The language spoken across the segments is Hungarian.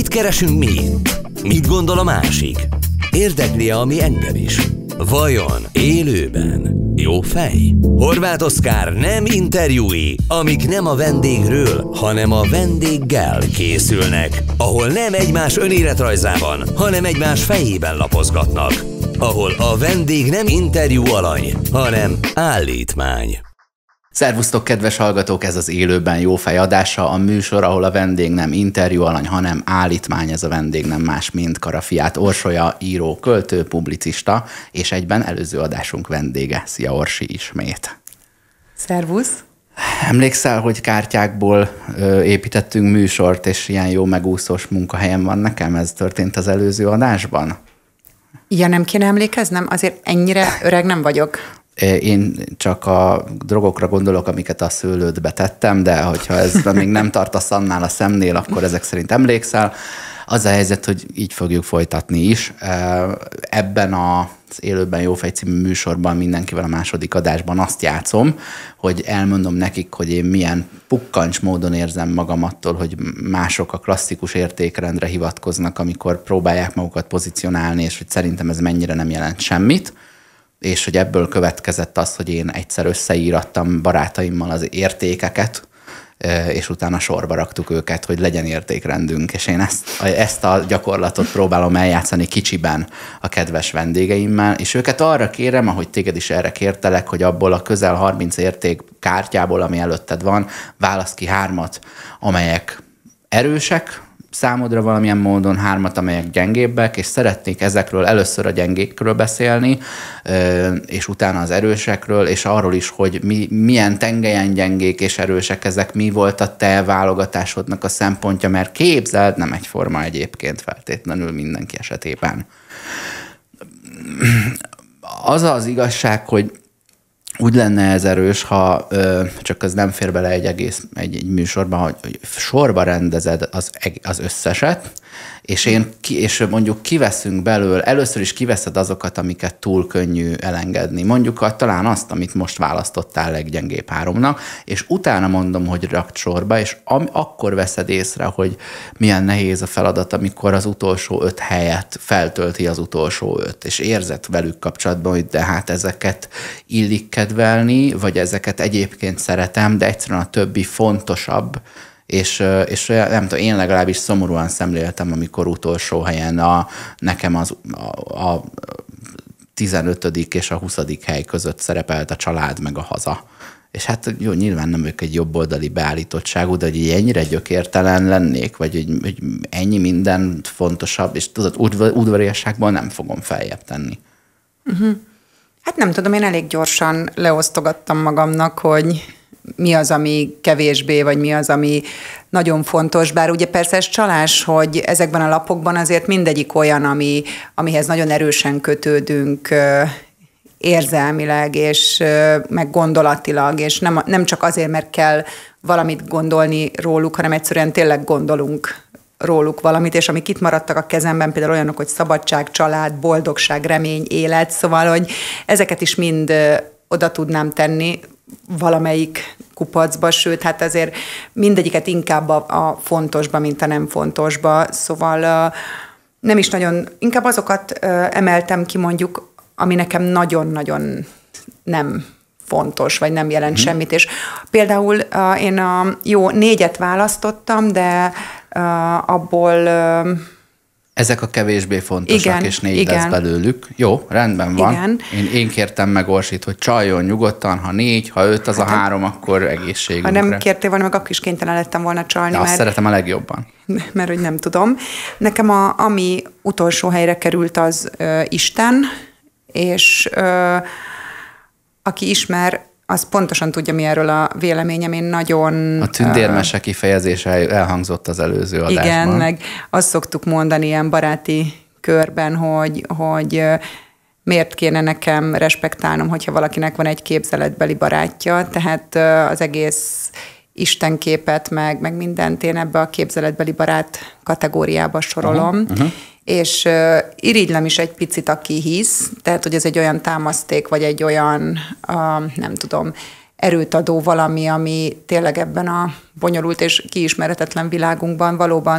Mit keresünk mi? Mit gondol a másik? Érdekli-e, ami engem is? Vajon élőben jó fej? Horváth Oszkár nem interjúi, amik nem a vendégről, hanem a vendéggel készülnek, ahol nem egymás önéletrajzában, hanem egymás fejében lapozgatnak, ahol a vendég nem interjú alany, hanem állítmány. Szervusztok, kedves hallgatók, ez az Élőben jó fej adása, a műsor, ahol a vendég nem interjú alany, hanem állítmány. Ez a vendég nem más, mint Karafiát Orsolya, író, költő, publicista, és egyben előző adásunk vendége. Szia Orsi ismét! Szervusz! Emlékszel, hogy kártyákból építettünk műsort, és ilyen jó megúszós munkahelyen van nekem? Ez történt az előző adásban? Ja, nem kéne emlékeznem? Azért ennyire öreg nem vagyok. Én csak a drogokra gondolok, amiket a szőlődbe tettem, de hogyha ez még nem tartasz annál a szemnél, akkor ezek szerint emlékszel. Az a helyzet, hogy így fogjuk folytatni is. Ebben az Élőben jó fej című műsorban mindenkivel a második adásban azt játszom, hogy elmondom nekik, hogy én milyen pukkancs módon érzem magam attól, hogy mások a klasszikus értékrendre hivatkoznak, amikor próbálják magukat pozícionálni, és hogy szerintem ez mennyire nem jelent semmit. És hogy ebből következett az, hogy én egyszer összeírattam barátaimmal az értékeket, és utána sorba raktuk őket, hogy legyen értékrendünk. És én ezt a gyakorlatot próbálom eljátszani kicsiben a kedves vendégeimmel, és őket arra kérem, ahogy téged is erre kértelek, hogy abból a közel 30 érték kártyából, ami előtted van, válasz ki 3, amelyek erősek, számodra valamilyen módon 3, amelyek gyengébbek, és szeretnék ezekről először a gyengékről beszélni, és utána az erősekről, és arról is, hogy milyen tengelyen gyengék és erősek ezek, mi volt a te válogatásodnak a szempontja, mert képzeld, nem egyforma egyébként feltétlenül mindenki esetében. Az az igazság, hogy úgy lenne ez erős, ha csak az nem fér bele egy műsorban, hogy sorba rendezed az összeset, és mondjuk kiveszünk belőle, először is kiveszed azokat, amiket túl könnyű elengedni. Mondjuk talán azt, amit most választottál leggyengébb 3-nak, és utána mondom, hogy rakd sorba, és akkor veszed észre, hogy milyen nehéz a feladat, amikor az utolsó 5 helyet feltölti az utolsó 5, és érzed velük kapcsolatban, hogy de hát ezeket illik kedvelni, vagy ezeket egyébként szeretem, de egyszerűen a többi fontosabb, és nem tudom, én legalábbis szomorúan szemléltem, amikor utolsó helyen nekem a 15. és a 20. hely között szerepelt a család meg a haza. És hát jó, nyilván nem ők egy jobboldali beállítottságú, de hogy ennyire gyökértelen lennék, vagy hogy ennyi minden fontosabb, és tudod, udvariasságban nem fogom feljebb tenni. Uh-huh. Hát nem tudom, én elég gyorsan leosztogattam magamnak, hogy mi az, ami kevésbé, vagy mi az, ami nagyon fontos. Bár ugye persze ez csalás, hogy ezekben a lapokban azért mindegyik olyan, amihez nagyon erősen kötődünk érzelmileg, és meg gondolatilag, és nem csak azért, mert kell valamit gondolni róluk, hanem egyszerűen tényleg gondolunk róluk valamit, és amik itt maradtak a kezemben, például olyanok, hogy szabadság, család, boldogság, remény, élet, szóval, hogy ezeket is mind oda tudnám tenni valamelyik kupacba, sőt, hát azért mindegyiket inkább a fontosba, mint a nem fontosba, szóval nem is nagyon, inkább azokat emeltem ki mondjuk, ami nekem nagyon-nagyon nem fontos, vagy nem jelent semmit, és például én 4 választottam, de abból... Ezek a kevésbé fontosak, igen, és 4 lesz belőlük. Jó, rendben van. Igen. Én kértem meg Orsit, hogy csaljon nyugodtan, ha 4, ha 5, az a 3, akkor egészségünkre. Ha nem kértél volna, meg akkor is kénytelen lettem volna csalni. De azt szeretem a legjobban. Mert hogy nem tudom. Nekem ami utolsó helyre került, az Isten, és aki ismer, az pontosan tudja, mi erről a véleményem. Én nagyon... A tündérmese kifejezése elhangzott az előző adásban. Igen, meg azt szoktuk mondani ilyen baráti körben, hogy miért kéne nekem respektálnom, hogyha valakinek van egy képzeletbeli barátja, tehát az egész istenképet, meg mindent én ebbe a képzeletbeli barát kategóriába sorolom. Uh-huh. És irigylem is egy picit, aki hisz, tehát, hogy ez egy olyan támaszték, vagy egy olyan, nem tudom, erőt adó valami, ami tényleg ebben a bonyolult és kiismeretetlen világunkban valóban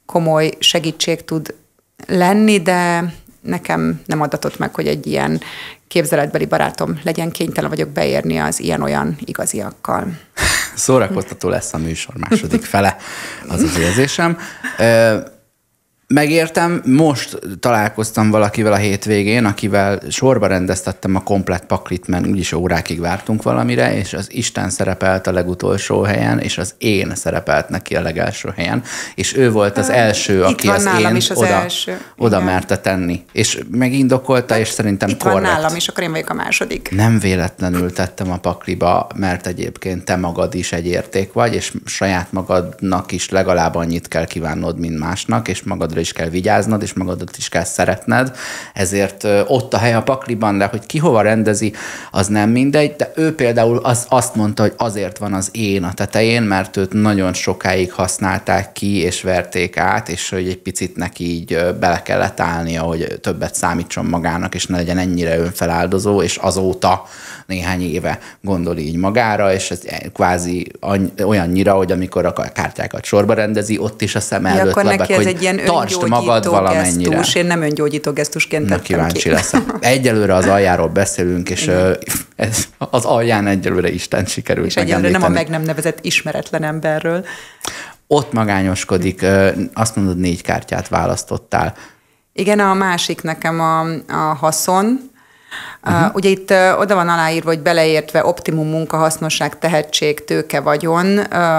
komoly segítség tud lenni, de nekem nem adatott meg, hogy egy ilyen képzeletbeli barátom legyen, kénytelen vagyok beérni az ilyen-olyan igaziakkal. Szórakoztató lesz a műsor második fele, az az érzésem. Megértem, most találkoztam valakivel a hétvégén, akivel sorba rendeztettem a komplett paklit, mert úgyis órákig vártunk valamire, és az Isten szerepelt a legutolsó helyen, és az én szerepelt neki a legelső helyen, és ő volt az első, aki az én oda merte tenni. És megindokolta, és szerintem itt korrekt. Van nálam, és akkor én vagyok a második. Nem véletlenül tettem a pakliba, mert egyébként te magad is egy érték vagy, és saját magadnak is legalább annyit kell kívánnod, mint másnak, és magadra is kell vigyáznod, és magadat is kell szeretned, ezért ott a hely a pakliban, de hogy ki hova rendezi, az nem mindegy, de ő például azt mondta, hogy azért van az én a tetején, mert őt nagyon sokáig használták ki, és verték át, és hogy egy picit neki így bele kellett állnia, hogy többet számítson magának, és ne legyen ennyire önfeláldozó, és azóta néhány éve gondol így magára, és ez kvázi olyannyira, hogy amikor a kártyákat sorba rendezi, ott is a szem előtt lebeg, hogy tartsd magad valamennyire. Gesztus. Én nem öngyógyító gesztusként tettem kíváncsi leszek. Egyelőre az aljáról beszélünk, és az alján egyelőre Isten sikerült és egyelőre nem a meg nem nevezett ismeretlen emberről. Ott magányoskodik, azt mondod, 4 kártyát választottál. Igen, a másik nekem a haszon. Ugye itt oda van aláírva, hogy beleértve optimum munkahasznosság, tehetség, tőke, vagyon.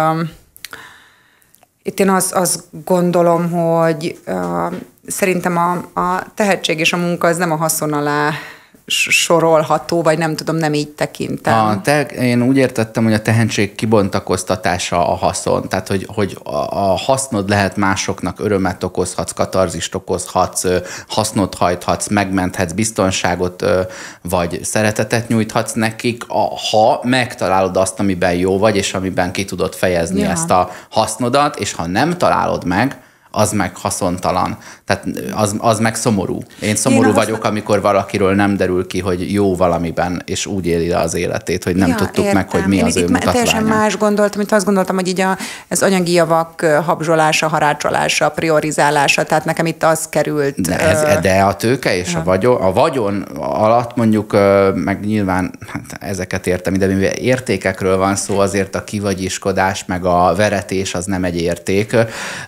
Itt én azt gondolom, hogy szerintem a tehetség és a munka az nem a haszon alá sorolható, vagy nem tudom, nem így tekintem. Én úgy értettem, hogy a tehetség kibontakoztatása a haszon. Tehát, hogy a hasznod lehet másoknak, örömet okozhatsz, katarzist okozhatsz, hasznot hajthatsz, megmenthetsz, biztonságot vagy szeretetet nyújthatsz nekik, ha megtalálod azt, amiben jó vagy, és amiben ki tudod fejezni ezt a hasznodat, és ha nem találod meg, az meg haszontalan. Tehát az meg szomorú. Én szomorú vagyok, amikor valakiről nem derül ki, hogy jó valamiben, és úgy éli le az életét, hogy nem tudtuk értem. Meg, hogy mi az ő mutatványa. Teljesen más gondoltam, mint azt gondoltam, hogy így ez anyagi javak habzsolása, harácsolása, priorizálása, tehát nekem itt az került. De a tőke és a vagyon alatt mondjuk, meg nyilván ezeket értem ide, mivel értékekről van szó, azért a kivagyiskodás, meg a veretés az nem egy érték,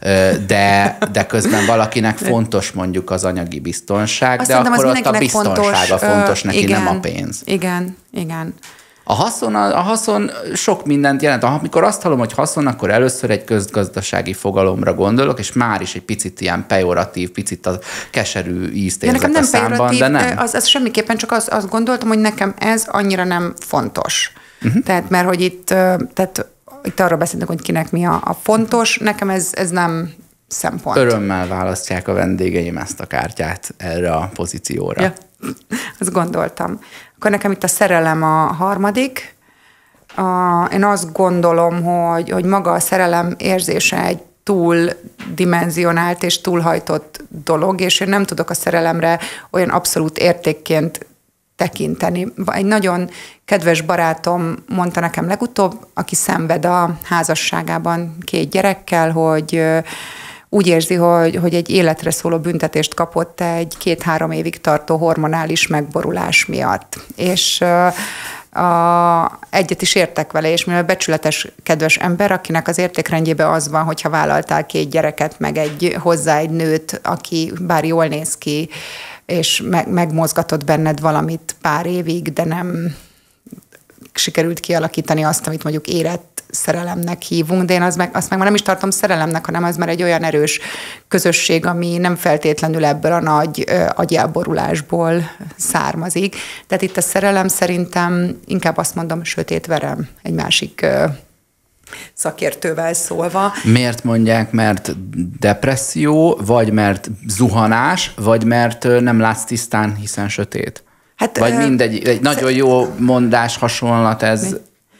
de közben valakinek fontos mondjuk az anyagi biztonság, de akkor ott a biztonsága fontos neki, igen, nem a pénz. Igen. A haszon sok mindent jelent. Amikor azt hallom, hogy haszon, akkor először egy közgazdasági fogalomra gondolok, és már is egy picit ilyen pejoratív, picit a keserű ízt érzek a számban, de nem. Az semmiképpen, csak azt gondoltam, hogy nekem ez annyira nem fontos. Tehát, mert hogy itt arról beszélünk, hogy kinek mi a fontos, nekem ez nem szempont. Örömmel választják a vendégeim ezt a kártyát erre a pozícióra. Ja, azt gondoltam. Akkor nekem itt a szerelem a harmadik. Én azt gondolom, hogy maga a szerelem érzése egy túl dimenzionált és túlhajtott dolog, és én nem tudok a szerelemre olyan abszolút értékként tekinteni. Egy nagyon kedves barátom mondta nekem legutóbb, aki szenved a házasságában 2 gyerekkel, hogy úgy érzi, hogy egy életre szóló büntetést kapott egy 2-3 évig tartó hormonális megborulás miatt. És egyet is értek vele, és mivel becsületes, kedves ember, akinek az értékrendjében az van, hogyha vállaltál 2 gyereket, meg hozzá egy nőt, aki bár jól néz ki, és megmozgatott benned valamit pár évig, de nem sikerült kialakítani azt, amit mondjuk szerelemnek hívunk, de én azt meg már nem is tartom szerelemnek, hanem az már egy olyan erős közösség, ami nem feltétlenül ebből a nagy agyelborulásból származik. Tehát itt a szerelem szerintem inkább azt mondom, sötét verem, egy másik szakértővel szólva. Miért mondják? Mert depresszió, vagy mert zuhanás, vagy mert nem látsz tisztán, hiszen sötét? Hát, vagy mindegy, egy nagyon jó mondás, hasonlat ez.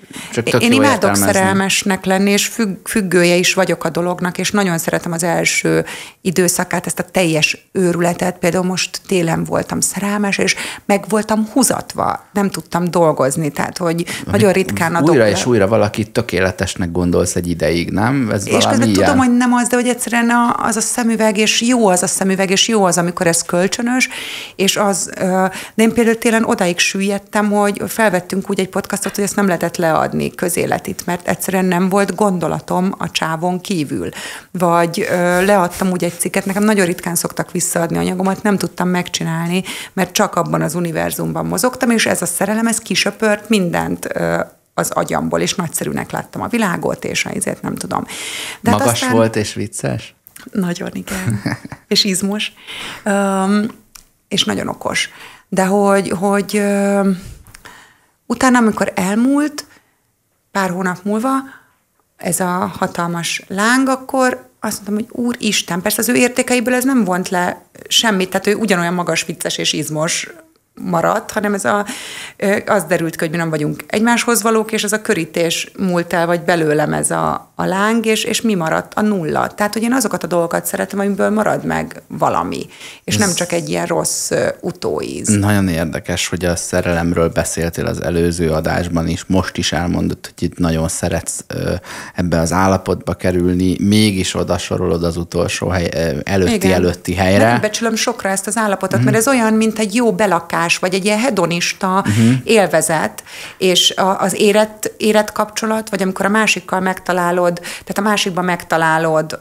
Én imádok szerelmesnek lenni, és függője is vagyok a dolognak, és nagyon szeretem az első időszakát, ezt a teljes őrületet. Például most télen voltam szerelmes, és meg voltam húzatva, nem tudtam dolgozni, tehát hogy nagyon ritkán adok. Újra és újra valakit tökéletesnek gondolsz egy ideig, nem? Ez és közben tudom, hogy nem az, de hogy egyszerűen az a szemüveg, és jó az a szemüveg, és jó az, amikor ez kölcsönös, és az, de én például télen odáig süllyedtem, hogy felvettünk úgy egy podcastot, hogy ezt nem lehetett leadni közéletit, mert egyszerűen nem volt gondolatom a csávon kívül. Vagy leadtam úgy egy cikket, nekem nagyon ritkán szoktak visszaadni anyagomat, nem tudtam megcsinálni, mert csak abban az univerzumban mozogtam, és ez a szerelem, ez kisöpört mindent az agyamból, és nagyszerűnek láttam a világot, és ezért nem tudom. De magas aztán volt és vicces? Nagyon, igen. És izmos. És nagyon okos. De hogy utána, amikor elmúlt, pár hónap múlva ez a hatalmas láng, akkor azt mondtam, hogy Úristen, persze az ő értékeiből ez nem vont le semmit, tehát ő ugyanolyan magas, vicces és izmos maradt, hanem az derült ki, hogy mi nem vagyunk egymáshoz valók, és ez a körítés múlt el, vagy belőlem ez a láng, és mi maradt? A nulla. Tehát, hogy én azokat a dolgokat szeretem, amiből marad meg valami, és nem csak egy ilyen rossz utóíz. Nagyon érdekes, hogy a szerelemről beszéltél az előző adásban is, most is elmondod, hogy itt nagyon szeretsz ebbe az állapotba kerülni, mégis oda sorolod az utolsó előtti helyre. Nem becsülöm sokra ezt az állapotot, mert ez olyan, mint egy jó belakás, vagy egy ilyen hedonista élvezet, és az érett kapcsolat, vagy amikor a másikkal megtalálod, tehát a másikban megtalálod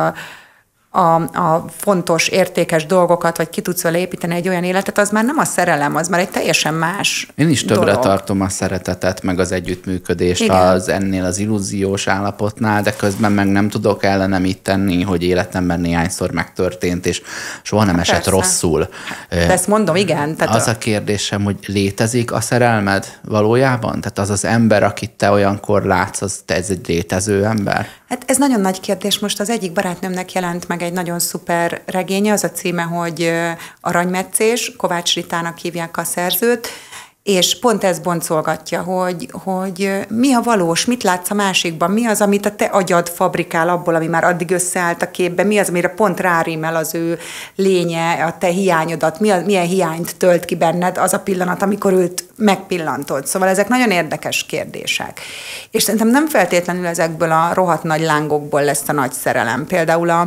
a fontos, értékes dolgokat, vagy ki tudsz vele építeni egy olyan életet, az már nem a szerelem, az már egy teljesen más Én is többre dolog. tartom a szeretetet, meg az együttműködést ennél az illúziós állapotnál, de közben meg nem tudok ellene mit tenni, hogy életemben néhányszor megtörtént, és soha nem esett rosszul. De ezt mondom, igen. Tehát az a kérdésem, hogy létezik a szerelmed valójában? Tehát az az ember, akit te olyankor látsz, ez egy létező ember? Hát ez nagyon nagy kérdés. Most az egyik barátnőmnek jelent meg egy nagyon szuper regénye, az a címe, hogy Aranymetszés, Kovács Ritának hívják a szerzőt, és pont ez boncolgatja, hogy mi a valós, mit látsz a másikban, mi az, amit a te agyad fabrikál abból, ami már addig összeállt a képbe, mi az, amire pont rárímel az ő lénye, a te hiányodat, milyen hiányt tölt ki benned az a pillanat, amikor őt megpillantod. Szóval ezek nagyon érdekes kérdések. És szerintem nem feltétlenül ezekből a rohadt nagy lángokból lesz a nagy szerelem. Például a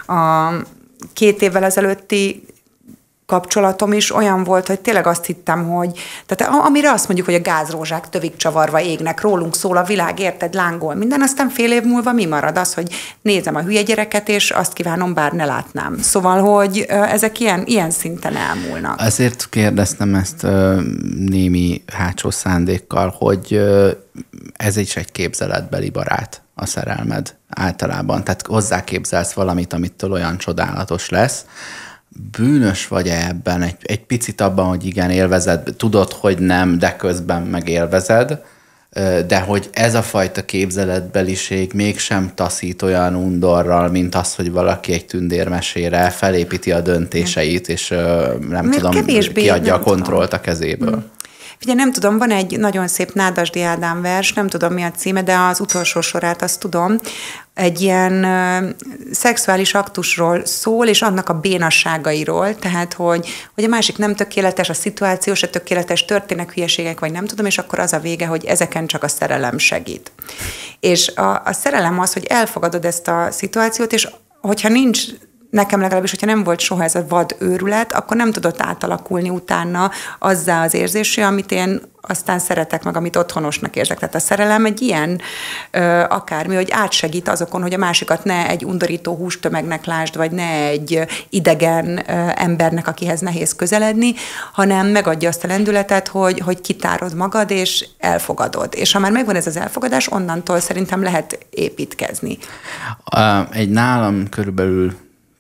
2 évvel ezelőtti kapcsolatom is olyan volt, hogy tényleg azt hittem, hogy tehát amire azt mondjuk, hogy a gázrózsák tövig csavarva égnek, rólunk szól a világ, érted, lángol minden, aztán fél év múlva mi marad? Az, hogy nézem a hülye gyereket, és azt kívánom, bár ne látnám. Szóval, hogy ezek ilyen szinten elmúlnak. Azért kérdeztem ezt némi hátsó szándékkal, hogy ez is egy képzeletbeli barát, a szerelmed általában. Tehát hozzáképzelsz valamit, amitől olyan csodálatos lesz. Bűnös vagy-e ebben egy picit abban, hogy igen, élvezed, tudod, hogy nem, de közben meg élvezed, de hogy ez a fajta képzeletbeliség mégsem taszít olyan undorral, mint az, hogy valaki egy tündérmesére felépíti a döntéseit, és nem tudom, kiadja a kontrollt a kezéből. Figyelj, nem tudom, van egy nagyon szép Nádasdy Ádám vers, nem tudom mi a címe, de az utolsó sorát azt tudom, egy ilyen szexuális aktusról szól, és annak a bénasságairól, tehát, hogy a másik nem tökéletes, a szituáció se tökéletes, történnek hülyeségek, vagy nem tudom, és akkor az a vége, hogy ezeken csak a szerelem segít. És a szerelem az, hogy elfogadod ezt a szituációt, és hogyha nincs, nekem legalábbis, hogyha nem volt soha ez a vad őrület, akkor nem tudott átalakulni utána azzá az érzésé, amit én aztán szeretek meg, amit otthonosnak érzek. Tehát a szerelem egy ilyen akármi, hogy átsegít azokon, hogy a másikat ne egy undorító hústömegnek lásd, vagy ne egy idegen embernek, akihez nehéz közeledni, hanem megadja azt a lendületet, hogy kitárod magad, és elfogadod. És ha már megvan ez az elfogadás, onnantól szerintem lehet építkezni. Egy nálam körülbelül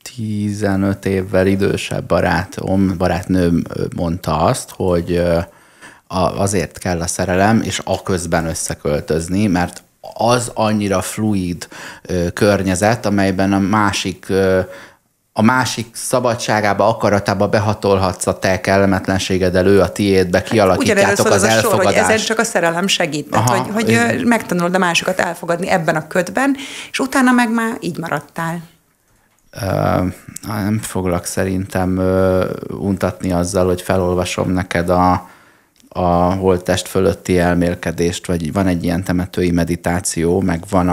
15 évvel idősebb barátnőm mondta azt, hogy azért kell a szerelem, és aközben összeköltözni, mert az annyira fluid környezet, amelyben a másik a másik szabadságába, akaratába behatolhatsz a te kellemetlenséged elő, a tiédbe, kialakítjátok az elfogadást. Hogy ezen csak a szerelem segít, tehát, hogy megtanulod a másikat elfogadni ebben a ködben, és utána meg már így maradtál. Nem foglak szerintem untatni azzal, hogy felolvasom neked a holttest fölötti elmélkedést, vagy van egy ilyen temetői meditáció, meg van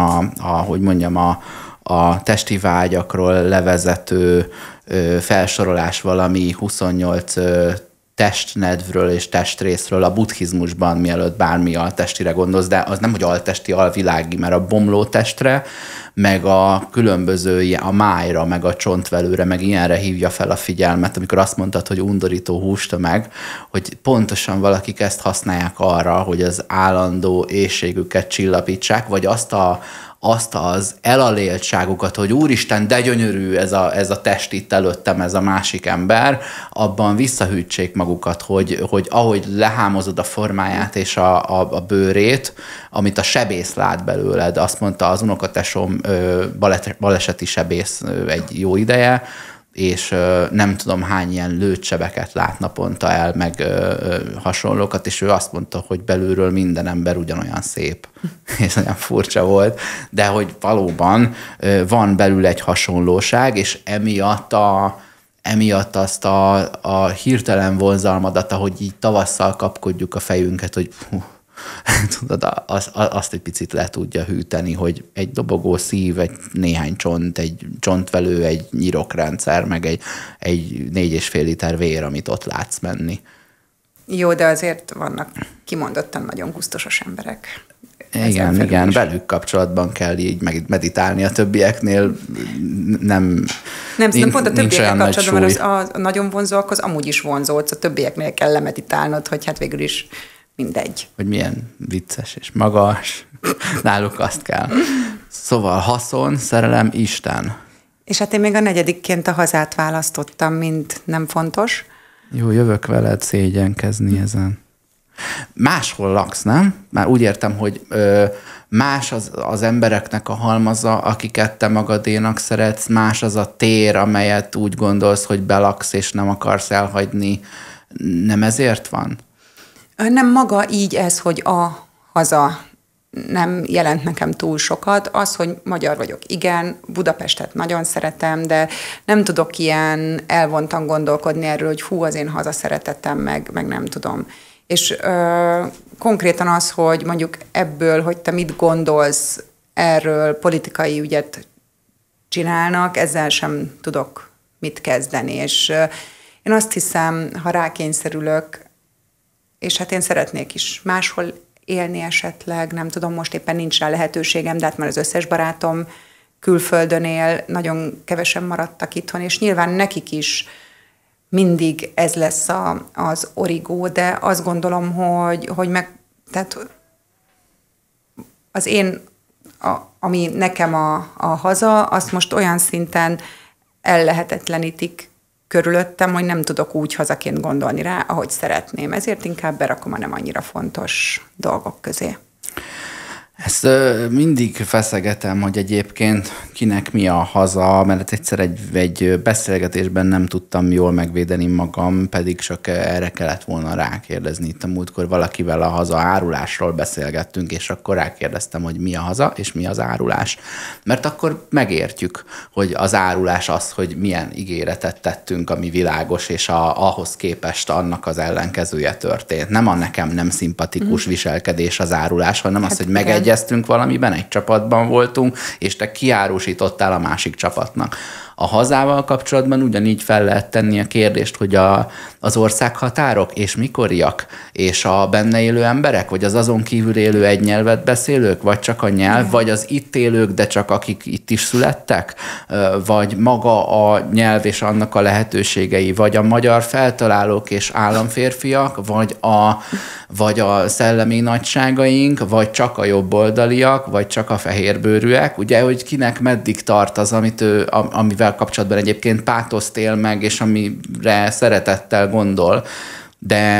a testi vágyakról levezető felsorolás valami 28 testnedvről és testrészről a buddhizmusban, mielőtt bármi altestire gondolsz, de az nem, hogy altesti, alvilági, mert a bomló testre, meg a különböző, a májra, meg a csontvelőre, meg ilyenre hívja fel a figyelmet, amikor azt mondtad, hogy undorító hústömeg, hogy pontosan valakik ezt használják arra, hogy az állandó éhségüket csillapítsák, vagy azt az elaléltságukat, hogy úristen, de gyönyörű ez a test itt előttem, ez a másik ember, abban visszahűtsék magukat, hogy ahogy lehámozod a formáját és a bőrét, amit a sebész lát belőled, azt mondta az unokatesom, baleseti sebész egy jó ideje, és nem tudom hány ilyen lőtsebeket lát naponta el, meg hasonlókat, és ő azt mondta, hogy belülről minden ember ugyanolyan szép, és nagyon furcsa volt, de hogy valóban van belül egy hasonlóság, és emiatt azt a hirtelen vonzalmadat, ahogy így tavasszal kapkodjuk a fejünket, hogy tudod, azt egy picit le tudja hűteni, hogy egy dobogó szív, egy néhány csont, egy csontvelő, egy nyirokrendszer, meg egy 4,5 liter vér, amit ott látsz menni. Jó, de azért vannak kimondottan nagyon gusztusos emberek. Igen, velük kapcsolatban kell így meditálni, a többieknél nem pont a többiekkel kapcsolatban, mert a nagyon vonzóak az amúgy is vonzódsz, a többieknél kell lemeditálnod, hogy hát végül is mindegy. Hogy milyen vicces és magas. Náluk azt kell. Szóval haszon, szerelem, Isten. És hát én még a negyedikként a hazát választottam, mint nem fontos. Jó, jövök veled szégyenkezni ezen. Máshol laksz, nem? Már úgy értem, hogy más az embereknek a halmaza, akiket te magadénak szeretsz, más az a tér, amelyet úgy gondolsz, hogy belaksz és nem akarsz elhagyni. Nem ezért van? Nem maga így ez, hogy a haza nem jelent nekem túl sokat. Az, hogy magyar vagyok, igen, Budapestet nagyon szeretem, de nem tudok ilyen elvontan gondolkodni erről, hogy hú, az én hazaszeretetem, meg nem tudom. És konkrétan az, hogy mondjuk ebből, hogy te mit gondolsz erről, politikai ügyet csinálnak, ezzel sem tudok mit kezdeni. És én azt hiszem, ha rákényszerülök, és hát én szeretnék is máshol élni esetleg, nem tudom, most éppen nincs rá lehetőségem, de hát már az összes barátom külföldön él, nagyon kevesen maradtak itthon, és nyilván nekik is mindig ez lesz az origó, de azt gondolom, hogy tehát az én, ami nekem a haza, azt most olyan szinten ellehetetlenítik körülöttem, hogy nem tudok úgy hazaként gondolni rá, ahogy szeretném. Ezért inkább berakom a nem annyira fontos dolgok közé. Ezt mindig feszegetem, hogy egyébként kinek mi a haza, mert egyszer egy beszélgetésben nem tudtam jól megvédeni magam, pedig csak erre kellett volna rákérdezni. Itt a múltkor valakivel a haza árulásról beszélgettünk, és akkor rákérdeztem, hogy mi a haza, és mi az árulás. Mert akkor megértjük, hogy az árulás az, hogy milyen ígéretet tettünk, ami világos, és ahhoz képest annak az ellenkezője történt. Nem a nekem nem szimpatikus viselkedés az árulás, hanem az, hogy megegyeztünk valamiben, egy csapatban voltunk, és te kiárusítottál a másik csapatnak. A hazával kapcsolatban ugyanígy fel lehet tenni a kérdést, hogy az országhatárok és mikoriak, és a benne élő emberek, vagy az azon kívül élő egy nyelvet beszélők, vagy csak a nyelv, vagy az itt élők, de csak akik itt is születtek, vagy maga a nyelv és annak a lehetőségei, vagy a magyar feltalálók és államférfiak, vagy a szellemi nagyságaink, vagy csak a jobboldaliak, vagy csak a fehérbőrűek, ugye, hogy kinek meddig tart az, amivel kapcsolatban egyébként pátoszt él meg, és amire szeretettel gondol, de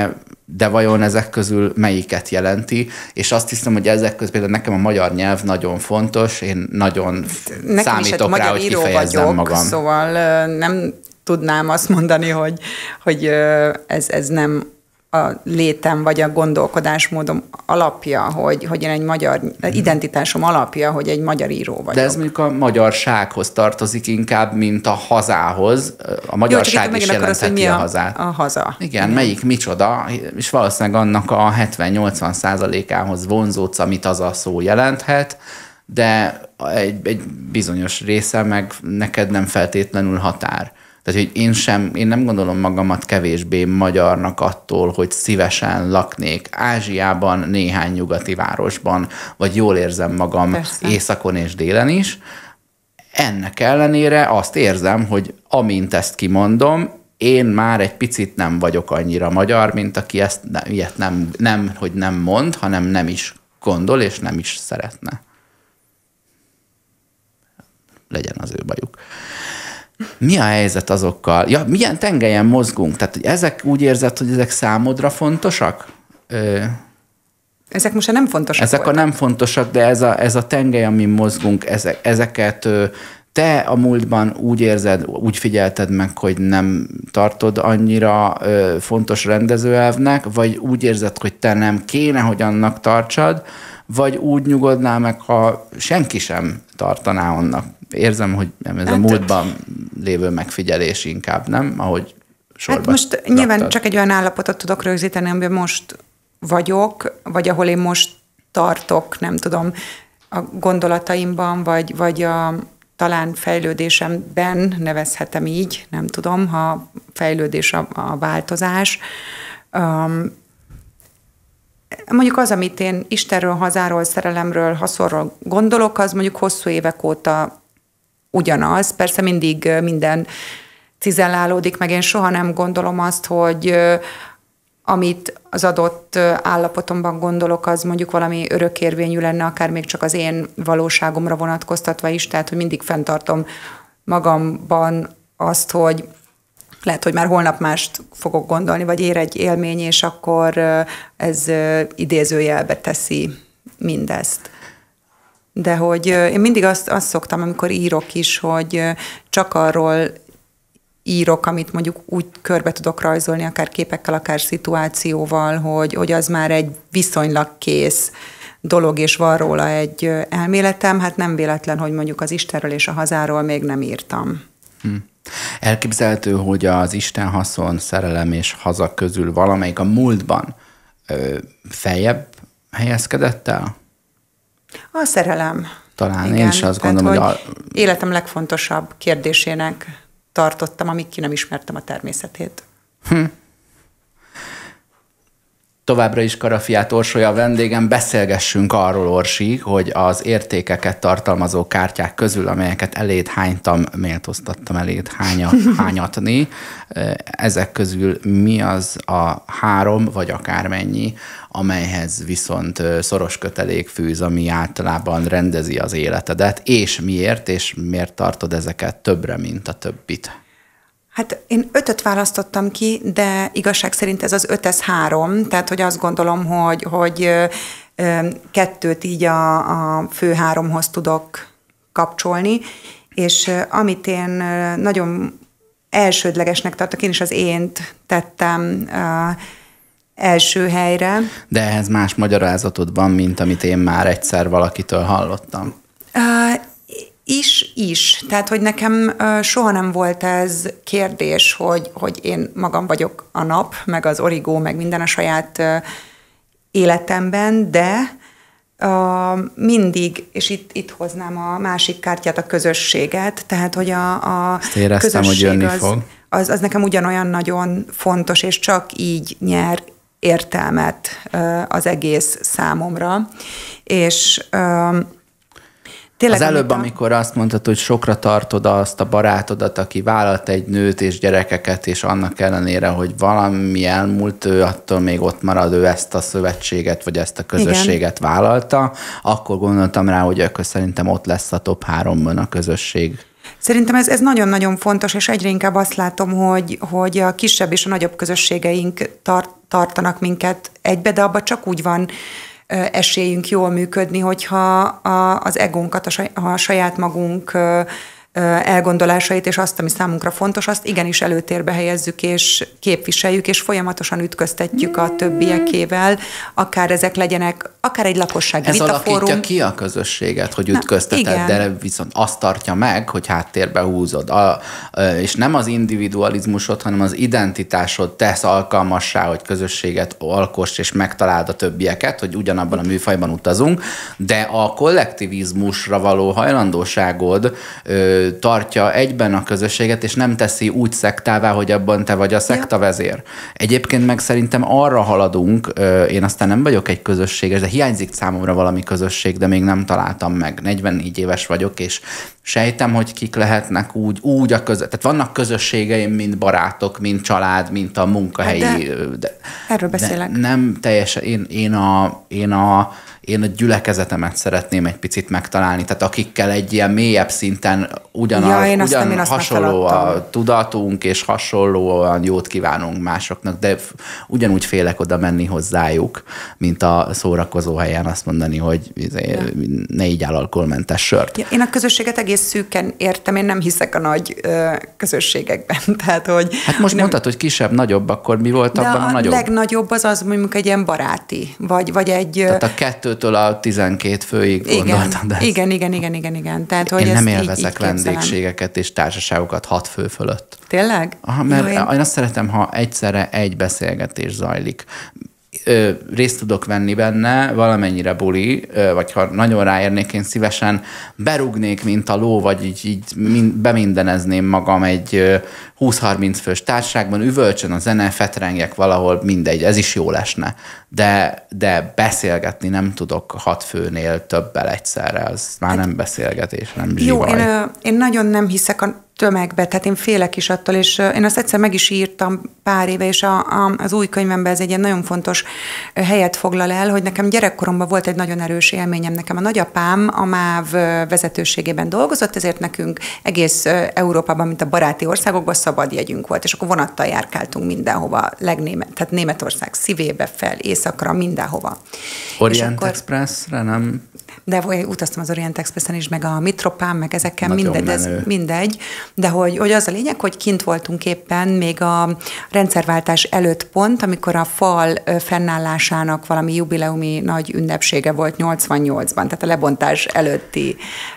de vajon ezek közül melyiket jelenti, és azt hiszem, hogy ezek közül például nekem a magyar nyelv nagyon fontos, én nagyon számítok rá, hogy kifejezzem magam. Szóval nem tudnám azt mondani, hogy ez nem a létem, vagy a gondolkodásmódom alapja, hogy én egy magyar, identitásom alapja, hogy egy magyar író vagyok. De ez mondjuk a magyarsághoz tartozik inkább, mint a hazához. A magyarság is jelentheti a hazát. A haza. Igen, melyik micsoda, és valószínűleg annak a 70-80%-ához vonzódsz, amit az a szó jelenthet, de egy bizonyos része meg neked nem feltétlenül határ. Tehát, hogy én nem gondolom magamat kevésbé magyarnak attól, hogy szívesen laknék Ázsiában, néhány nyugati városban, vagy jól érzem magam északon és délen is. Ennek ellenére azt érzem, hogy amint ezt kimondom, én már egy picit nem vagyok annyira magyar, mint aki ezt ilyet hogy nem mond, hanem nem is gondol, és nem is szeretne. Legyen az ő bajuk. Mi a helyzet azokkal? Ja, milyen tengelyen mozgunk? Tehát, hogy ezek úgy érzed, hogy ezek számodra fontosak? Ezek most nem fontosak Ezek voltak. Nem fontosak, de ez a tengely, amin mozgunk, ezeket te a múltban úgy érzed, úgy figyelted meg, hogy nem tartod annyira fontos rendezőelvnek, vagy úgy érzed, hogy te nem kéne, hogy annak tartsad, vagy úgy nyugodnál meg, ha senki sem tartaná annak. Érzem, hogy ez a múltban lévő megfigyelés inkább, nem? Ahogy sorba most raktad. Nyilván csak egy olyan állapotot tudok rögzíteni, amiben most vagyok, vagy ahol én most tartok, nem tudom, a gondolataimban, vagy a talán fejlődésemben, nevezhetem így, nem tudom, ha fejlődés a változás. Mondjuk az, amit én Istenről, hazáról, szerelemről, haszonról gondolok, az mondjuk hosszú évek óta ugyanaz. Persze mindig minden cizellálódik, meg én soha nem gondolom azt, hogy amit az adott állapotomban gondolok, az mondjuk valami örökérvényű lenne, akár még csak az én valóságomra vonatkoztatva is, tehát hogy mindig fenntartom magamban azt, hogy lehet, hogy már holnap mást fogok gondolni, vagy ér egy élmény, és akkor ez idézőjelbe teszi mindezt. De hogy én mindig azt szoktam, amikor írok is, hogy csak arról írok, amit mondjuk úgy körbe tudok rajzolni, akár képekkel, akár szituációval, hogy az már egy viszonylag kész dolog, és van róla egy elméletem. Hát nem véletlen, hogy mondjuk az Istenről és a hazáról még nem írtam. Elképzelhető, hogy az Isten, haszon, szerelem és haza közül valamelyik a múltban feljebb helyezkedett el? A szerelem. Talán igen, én is azt gondolom, hogy életem legfontosabb kérdésének tartottam, amíg ki nem ismertem a természetét. Továbbra is Karafiát Orsolya a vendégem. Beszélgessünk arról, Orsi, hogy az értékeket tartalmazó kártyák közül, amelyeket eléd hánytam, méltóztattam eléd hányatni, ezek közül mi az a 3, vagy akármennyi, amelyhez viszont szoros kötelék fűz, ami általában rendezi az életedet, és miért tartod ezeket többre, mint a többit? Hát én 5-öt választottam ki, de igazság szerint ez az 5, ez 3, tehát hogy azt gondolom, hogy 2 így a fő 3-hoz tudok kapcsolni, és amit én nagyon elsődlegesnek tartok, én is az ént tettem első helyre. De ehhez más magyarázatod van, mint amit én már egyszer valakitől hallottam. Is. Tehát, hogy nekem soha nem volt ez kérdés, hogy én magam vagyok a nap, meg az origó, meg minden a saját életemben, de mindig, és itt hoznám a másik kártyát, a közösséget, tehát, hogy a éreztem, közösség hogy jönni fog. Az nekem ugyanolyan nagyon fontos, és csak így nyer értelmet az egész számomra. És tényleg, az előbb, amikor azt mondtad, hogy sokra tartod azt a barátodat, aki vállalt egy nőt és gyerekeket, és annak ellenére, hogy valami elmúlt, ő attól még ott marad, ő ezt a szövetséget, vagy ezt a közösséget igen. vállalta, akkor gondoltam rá, hogy akkor szerintem ott lesz a top 3-ban a közösség. Szerintem ez nagyon-nagyon fontos, és egyre inkább azt látom, hogy a kisebb és a nagyobb közösségeink tartanak minket egybe, de abban csak úgy van esélyünk jól működni, hogyha az egónkat, a saját magunk elgondolásait és azt, ami számunkra fontos, azt igenis előtérbe helyezzük és képviseljük, és folyamatosan ütköztetjük a többiekével, akár ezek legyenek, akár egy lakossági vitafórum. Ez alakítja ki a közösséget, hogy ütközteted, de viszont azt tartja meg, hogy háttérbe húzod. És nem az individualizmusod, hanem az identitásod tesz alkalmassá, hogy közösséget alkoss és megtaláld a többieket, hogy ugyanabban a műfajban utazunk, de a kollektivizmusra való hajlandóságod tartja egyben a közösséget, és nem teszi úgy szektává, hogy abban te vagy a szektavezér. Egyébként meg szerintem arra haladunk, én aztán nem vagyok egy közösséges, de hiányzik számomra valami közösség, de még nem találtam meg. 44 éves vagyok, és sejtem, hogy kik lehetnek úgy a tehát vannak közösségeim, mint barátok, mint család, mint a munkahelyi. De erről beszélek. De nem teljesen, én a gyülekezetemet szeretném egy picit megtalálni, tehát akikkel egy ilyen mélyebb szinten ugyan hasonló a tudatunk, és hasonlóan jót kívánunk másoknak, de ugyanúgy félek oda menni hozzájuk, mint a szórakozó helyen azt mondani, hogy ne így áll alkoholmentes sört. Ja, én a közösséget egész szűken értem, én nem hiszek a nagy közösségekben. Tehát, hogy hát most mondtad, hogy kisebb, nagyobb, akkor mi volt abban a nagyobb? A legnagyobb az mondjuk egy ilyen baráti, vagy egy... Tehát a 2-től a 12 főig gondoltad ezt. Igen. Tehát, hogy én nem élvezek vendégségeket és társaságokat 6 fő fölött. Tényleg? Mert én azt szeretem, ha egyszerre egy beszélgetés zajlik. Részt tudok venni benne, valamennyire buli, vagy ha nagyon ráérnék, én szívesen berúgnék, mint a ló, vagy így bemindenezném magam egy 20-30 fős társaságban, üvölcsön a zene, fetrengjek valahol, mindegy, ez is jó lesne. De beszélgetni nem tudok 6 főnél többel egyszerre, az már nem beszélgetés, nem zsivaj. Jó, én nagyon nem hiszek a tömegbe, tehát én félek is attól, és én azt egyszer meg is írtam pár éve, és az új könyvemben ez egy ilyen nagyon fontos helyet foglal el, hogy nekem gyerekkoromban volt egy nagyon erős élményem. Nekem a nagyapám a MÁV vezetőségében dolgozott, ezért nekünk egész Európában, mint a baráti országokban szabad jegyünk volt, és akkor vonattal járkáltunk mindenhova, tehát Németország szívébe fel, északra, mindenhova. Orient Expressre nem? De utaztam az Orient Expressen is, meg a Mitropán, meg ezekkel, mindegy. De hogy az a lényeg, hogy kint voltunk éppen még a rendszerváltás előtt pont, amikor a fal fennállásának valami jubileumi nagy ünnepsége volt 88-ban, tehát a lebontás előtti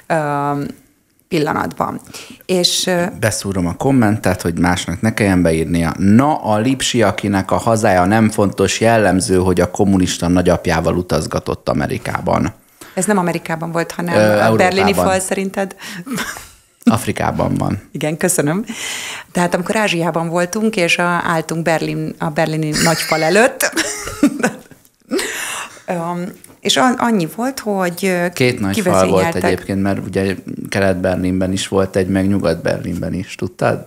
pillanatban. És beszúrom a kommentet, hogy másnak ne kelljen beírnia. Na, a Lipsi, akinek a hazája nem fontos, jellemző, hogy a kommunista nagyapjával utazgatott Amerikában. Ez nem Amerikában volt, hanem a berlini fal szerinted? Afrikában van. Igen, köszönöm. Tehát amikor Ázsiában voltunk, és álltunk a berlini nagyfal előtt, és annyi volt, hogy 2 nagy fal volt egyébként, mert ugye Kelet-Berlinben is volt egy, meg Nyugat-Berlinben is, tudtad?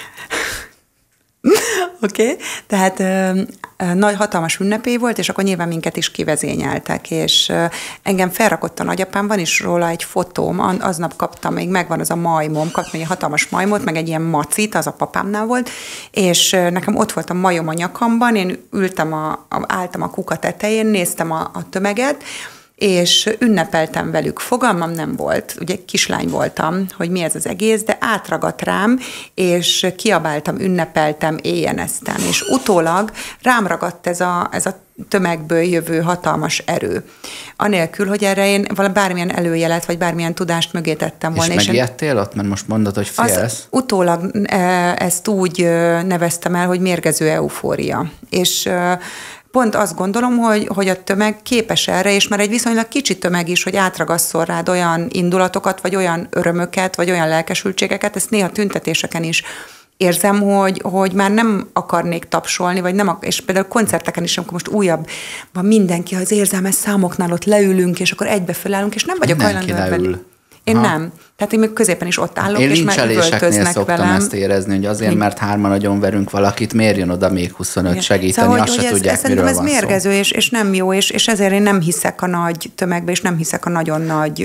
Oké, tehát nagy hatalmas ünnepé volt, és akkor nyilván minket is kivezényeltek, és engem felrakott a nagyapám, van is róla egy fotóm, aznap kaptam, még megvan az a majmom, kaptam egy hatalmas majmot, meg egy ilyen macit, az a papámnál volt, és nekem ott volt a majom a nyakamban, én álltam a kuka tetején, néztem a tömeget, és ünnepeltem velük. Fogalmam nem volt, ugye kislány voltam, hogy mi ez az egész, de átragadt rám, és kiabáltam, ünnepeltem, éjjeneztem, és utólag rám ragadt ez a tömegből jövő hatalmas erő. Anélkül, hogy erre én bármilyen előjelet, vagy bármilyen tudást mögé tettem volna. És megijedtél ott? Mert most mondod, hogy félsz. Utólag ezt úgy neveztem el, hogy mérgező eufória. És pont azt gondolom, hogy a tömeg képes erre, és már egy viszonylag kicsi tömeg is, hogy átragasszol rád olyan indulatokat, vagy olyan örömöket, vagy olyan lelkesültségeket, ezt néha tüntetéseken is érzem, hogy már nem akarnék tapsolni, vagy nem, és például koncerteken is, amikor most újabb van mindenki, az érzelmes számoknál ott leülünk, és akkor egybe fölállunk, és nem vagyok hajlandó. Én nem. Tehát én még középen is ott állok, és már üvöltöznek szoktam velem. ezt érezni, hogy azért, mert 3 nagyon verünk valakit, miért jön oda még 25 segíteni, szóval, azt se tudják, miről van szó. Ez mérgező, és nem jó, és ezért én nem hiszek a nagy tömegbe, és nem hiszek a nagyon nagy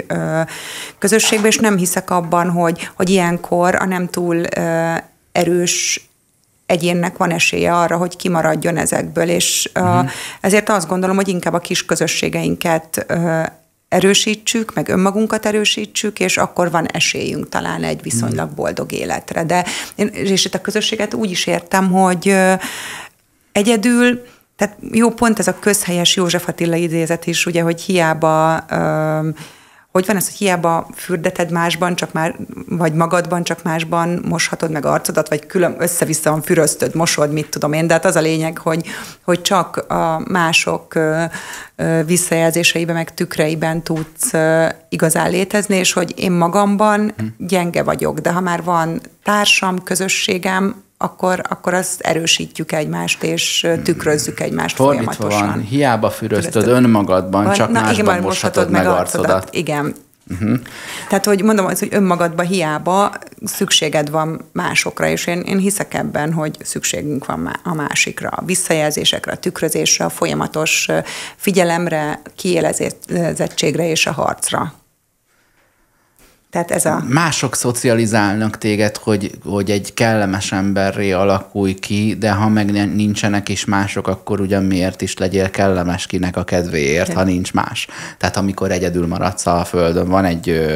közösségbe, és nem hiszek abban, hogy ilyenkor a nem túl erős egyénnek van esélye arra, hogy kimaradjon ezekből, és ezért azt gondolom, hogy inkább a kis közösségeinket erősítsük, meg önmagunkat erősítsük, és akkor van esélyünk talán egy viszonylag boldog életre. De és itt a közösséget úgy is értem, hogy egyedül, tehát jó, pont ez a közhelyes József Attila idézet is, ugye, hogy hiába hogy van ez, hogy hiába fürdeted másban, vagy magadban, csak másban moshatod meg arcodat, vagy külön össze-vissza füröztöd, mosod, mit tudom én, de hát az a lényeg, hogy csak a mások visszajelzéseiben, meg tükreiben tudsz igazán létezni, és hogy én magamban gyenge vagyok, de ha már van társam, közösségem, akkor azt erősítjük egymást, és tükrözzük egymást folyamatosan. Van, hiába füröztöd önmagadban, csak másban moshatod meg arcodat. Igen. Tehát, hogy mondom, hogy önmagadban hiába szükséged van másokra, és én hiszek ebben, hogy szükségünk van a másikra, a visszajelzésekre, a tükrözésre, a folyamatos figyelemre, kiélezettségre és a harcra. Tehát ez a... Mások szocializálnak téged, hogy egy kellemes emberré alakulj ki, de ha meg nincsenek is mások, akkor ugyan miért is legyél kellemes kinek a kedvéért, ha nincs más. Tehát amikor egyedül maradsz a földön, van egy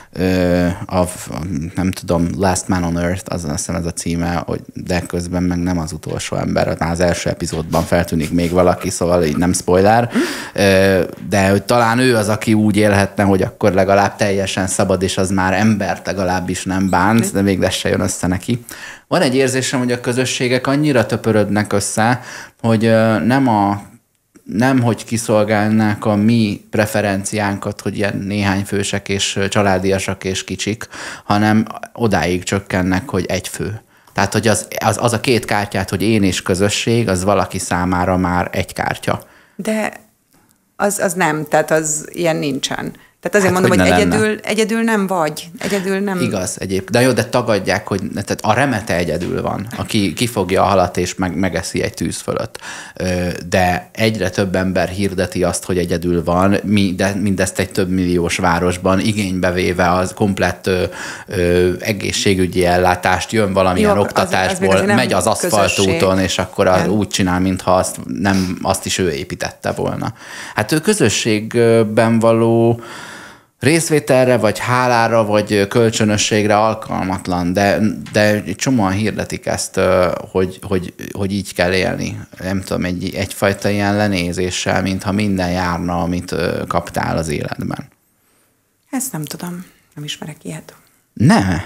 nem tudom, Last Man on Earth, azt hiszem ez a címe, de közben meg nem az utolsó ember, már az első epizódban feltűnik még valaki, szóval így nem spoiler, de hogy talán ő az, aki úgy élhetne, hogy akkor legalább teljesen szabad, és az már embert legalábbis nem bánt, de még ez se jön össze neki. Van egy érzésem, hogy a közösségek annyira töpörödnek össze, hogy nem, hogy kiszolgálnák a mi preferenciánkat, hogy ilyen néhány fősek és családiasak és kicsik, hanem odáig csökkennek, hogy egy fő. Tehát, hogy az a két kártyát, hogy én és közösség, az valaki számára már egy kártya. De az nem, tehát az ilyen nincsen. Tehát azért mondom, hogy egyedül nem vagy. Egyedül nem... Igaz egyébként. De jó, de tagadják, hogy tehát a remete egyedül van, aki kifogja a halat és megeszi egy tűz fölött. De egyre több ember hirdeti azt, hogy egyedül van, de mindezt egy több milliós városban igénybe véve az komplett egészségügyi ellátást, jön valamilyen oktatásból, megy az aszfaltúton, és akkor úgy csinál, mintha azt is ő építette volna. Hát ő közösségben való részvételre, vagy hálára, vagy kölcsönösségre alkalmatlan, de egy csomóan hirdetik ezt, hogy így kell élni. Nem tudom, egyfajta ilyen lenézéssel, mintha minden járna, amit kaptál az életben. Ezt nem tudom, nem ismerek ilyet. Ne.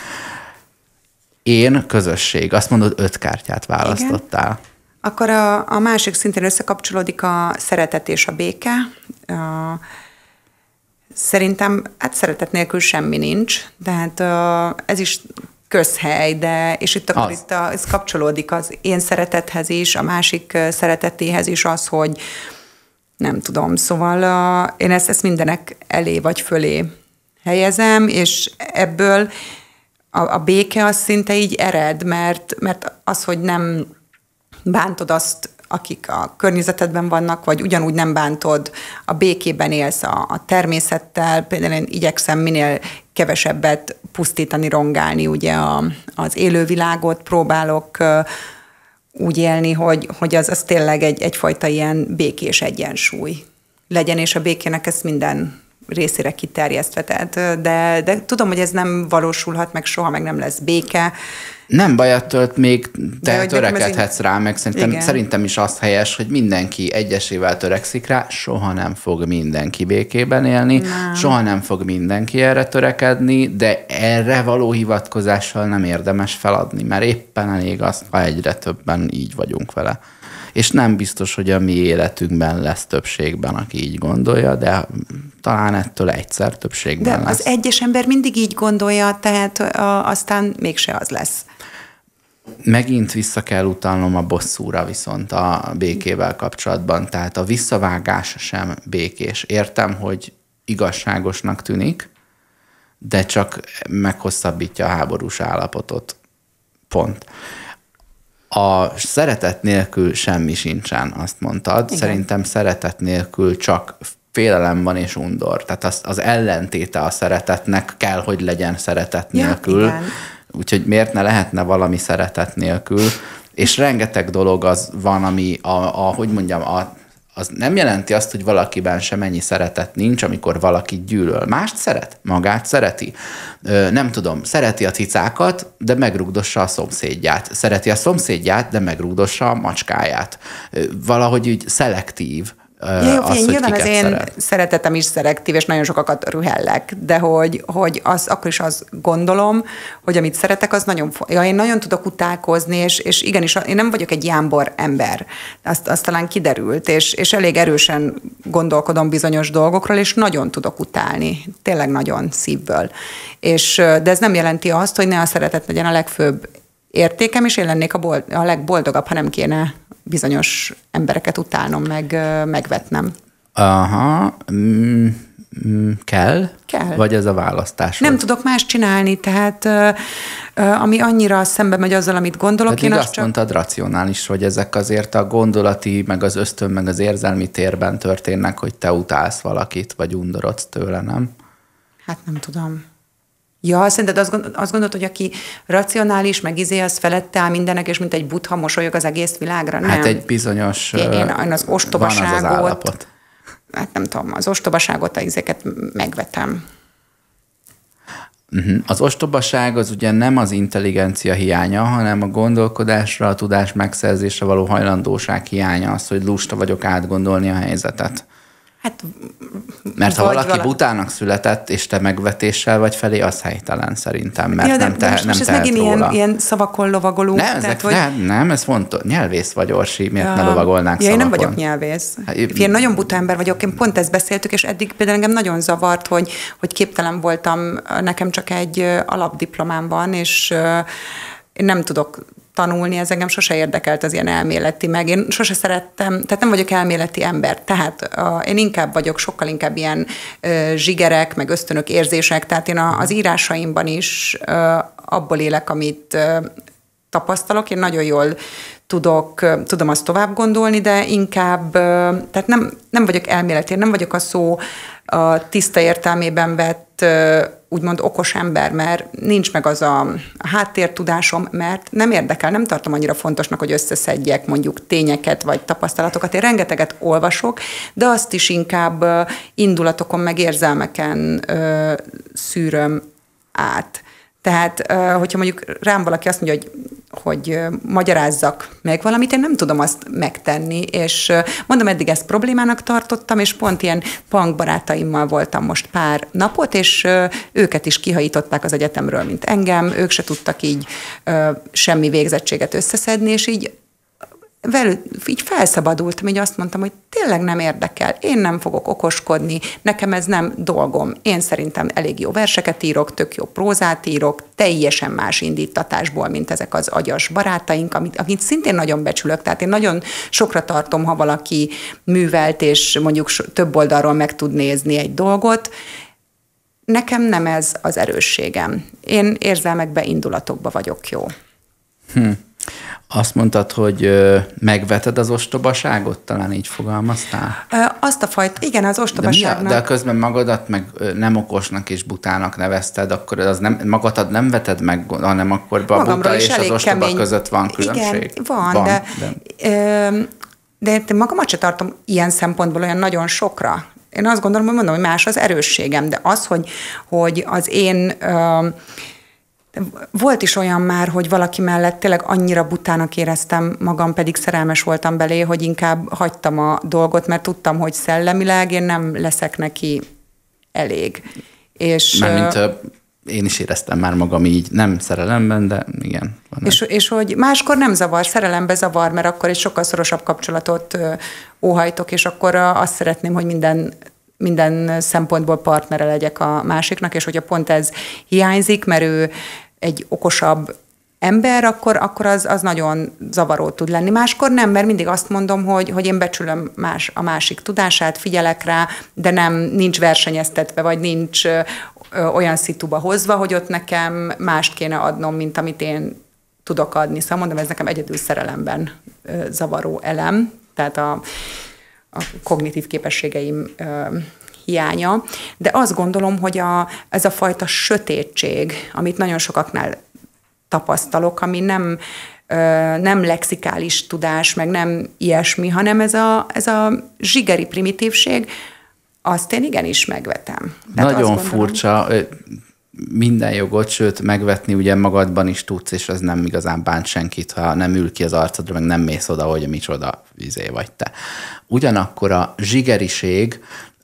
Én közösség. Azt mondod, 5 kártyát választottál. Igen. Akkor a másik szintén összekapcsolódik a szeretet és a béke. Szerintem hát szeretet nélkül semmi nincs, de hát ez is közhely, és itt akkor ez kapcsolódik az én szeretethez is, a másik szeretetéhez is az, hogy nem tudom, szóval én ezt mindenek elé vagy fölé helyezem, és ebből a béke az szinte így ered, mert az, hogy nem bántod azt, akik a környezetedben vannak, vagy ugyanúgy nem bántod, a békében élsz a természettel, például én igyekszem minél kevesebbet pusztítani, rongálni ugye az élővilágot, próbálok úgy élni, hogy az tényleg egyfajta ilyen békés egyensúly legyen, és a békének ezt minden részére kiterjesztve. De tudom, hogy ez nem valósulhat meg soha, meg nem lesz béke. Nem baj, attól még te törekedhetsz rá, meg szerintem is az helyes, hogy mindenki egyesével törekszik rá, soha nem fog mindenki békében élni, soha nem fog mindenki erre törekedni, de erre való hivatkozással nem érdemes feladni, mert éppen elég az, ha egyre többen így vagyunk vele. És nem biztos, hogy a mi életünkben lesz többségben, aki így gondolja, de talán ettől egyszer többségben lesz. De az egyes ember mindig így gondolja, tehát aztán mégse az lesz. Megint vissza kell utalnom a bosszúra viszont a békével kapcsolatban, tehát a visszavágás sem békés. Értem, hogy igazságosnak tűnik, de csak meghosszabbítja a háborús állapotot. Pont. A szeretet nélkül semmi sincsen, azt mondtad. Igen. Szerintem szeretet nélkül csak félelem van és undor. Tehát az ellentéte a szeretetnek kell, hogy legyen szeretet nélkül. Ja, úgyhogy miért ne lehetne valami szeretet nélkül, És rengeteg dolog az van, ami, hogy mondjam, az nem jelenti azt, hogy valakiben semennyi szeretet nincs, amikor valaki gyűlöl. Mást szeret? Magát szereti? Nem tudom, szereti a cicákat, de megrugdossa a szomszédját. Szereti a szomszédját, de megrugdossa a macskáját. Valahogy úgy szelektív. Jó, nyilván az én szeretetem is szelektív, és nagyon sokakat rühellek, de hogy akkor is azt gondolom, hogy amit szeretek, az nagyon én nagyon tudok utálkozni, és igenis, én nem vagyok egy jámbor ember. Azt talán kiderült, és elég erősen gondolkodom bizonyos dolgokról, és nagyon tudok utálni. Tényleg nagyon szívből. De ez nem jelenti azt, hogy ne a szeretet legyen a legfőbb értékem, és én lennék a legboldogabb, ha nem kéne bizonyos embereket utálnom, megvetnem. Aha. Kell? Vagy ez a választás? Nem tudok más csinálni, tehát ami annyira szembe megy azzal, amit gondolok. Pedig azt mondtad racionális, hogy ezek azért a gondolati, meg az ösztön, meg az érzelmi térben történnek, hogy te utálsz valakit, vagy undorodsz tőle, nem? Hát nem tudom. Ja, szerinted azt gondolod, hogy aki racionális, meg az felette áll mindenek, és mint egy buddha mosolyog az egész világra? Nem. Hát egy bizonyos... Én az ostobaságot... Van az állapot. Hát nem tudom, az ostobaságot, ezeket megvetem. Az ostobaság az ugye nem az intelligencia hiánya, hanem a gondolkodásra, a tudás megszerzésre való hajlandóság hiánya, az, hogy lusta vagyok átgondolni a helyzetet. Hát, mert ha valaki butának született, és te megvetéssel vagy felé, az helytelen szerintem, mert nem tehet róla. És ez megint ilyen szavakon lovagolunk. Nem, ez fontos. Nyelvész vagy, Orsi, miért ne lovagolnánk szavakon? Én nem vagyok nyelvész. Én nagyon buta ember vagyok, én pont ezt beszéltük, és eddig például engem nagyon zavart, hogy képtelen voltam, nekem csak egy alapdiplomám van, és én nem tudok tanulni, ez engem sose érdekelt az ilyen elméleti, meg én sose szerettem, tehát nem vagyok elméleti ember, tehát én inkább vagyok, sokkal inkább ilyen zsigerek, meg ösztönök, érzések, tehát én az írásaimban is abból élek, amit tapasztalok, én nagyon jól tudom azt tovább gondolni, de inkább, tehát nem vagyok elméleti, nem vagyok a szó a tiszta értelmében vett úgymond okos ember, mert nincs meg az a háttértudásom, mert nem érdekel, nem tartom annyira fontosnak, hogy összeszedjek mondjuk tényeket vagy tapasztalatokat. Én rengeteget olvasok, de azt is inkább indulatokon meg érzelmeken szűröm át. Tehát, hogyha mondjuk rám valaki azt mondja, hogy magyarázzak meg valamit, én nem tudom azt megtenni, és mondom, eddig ezt problémának tartottam, és pont ilyen punk barátaimmal voltam most pár napot, és őket is kihajították az egyetemről, mint engem, ők se tudtak így semmi végzettséget összeszedni, és így felszabadultam, így azt mondtam, hogy tényleg nem érdekel, én nem fogok okoskodni, nekem ez nem dolgom. Én szerintem elég jó verseket írok, tök jó prózát írok, teljesen más indítatásból, mint ezek az agyas barátaink, akit szintén nagyon becsülök, tehát én nagyon sokra tartom, ha valaki művelt, és mondjuk több oldalról meg tud nézni egy dolgot. Nekem nem ez az erősségem. Én érzelmekbe, indulatokba vagyok jó. Azt mondtad, hogy megveted az ostobaságot? Talán így fogalmaztál? Azt a fajta, igen, az ostobaságnak. De közben magadat meg nem okosnak és butának nevezted, akkor az nem, magadat nem veted meg, hanem akkor a buta és az ostoba között van különbség? Igen, van. De én magamat se tartom ilyen szempontból olyan nagyon sokra. Én azt gondolom, hogy más az erősségem, de az, hogy az én... Volt is olyan már, hogy valaki mellett tényleg annyira butának éreztem magam, pedig szerelmes voltam belé, hogy inkább hagytam a dolgot, mert tudtam, hogy szellemileg én nem leszek neki elég. Mármint én is éreztem már magam így, nem szerelemben, de igen. És hogy máskor nem zavar, szerelembe zavar, mert akkor egy sokkal szorosabb kapcsolatot óhajtok, és akkor azt szeretném, hogy minden szempontból partnere legyek a másiknak, és hogyha pont ez hiányzik, mert ő egy okosabb ember, akkor az nagyon zavaró tud lenni. Máskor nem, mert mindig azt mondom, hogy én becsülöm a másik tudását, figyelek rá, de nincs versenyeztetve, vagy nincs olyan szituba hozva, hogy ott nekem mást kéne adnom, mint amit én tudok adni. Szóval mondom, ez nekem egyedül szerelemben zavaró elem, tehát a kognitív képességeim hiánya, de azt gondolom, hogy ez a fajta sötétség, amit nagyon sokaknál tapasztalok, ami nem nem lexikális tudás, meg nem ilyesmi, hanem ez a zsigeri primitívség, azt én igenis megvetem. Tehát nagyon furcsa, minden jogot, sőt megvetni ugye magadban is tudsz, és az nem igazán bánt senkit, ha nem ül ki az arcodra, meg nem mész oda, hogy micsoda vagy te. Ugyanakkor a zsigeriség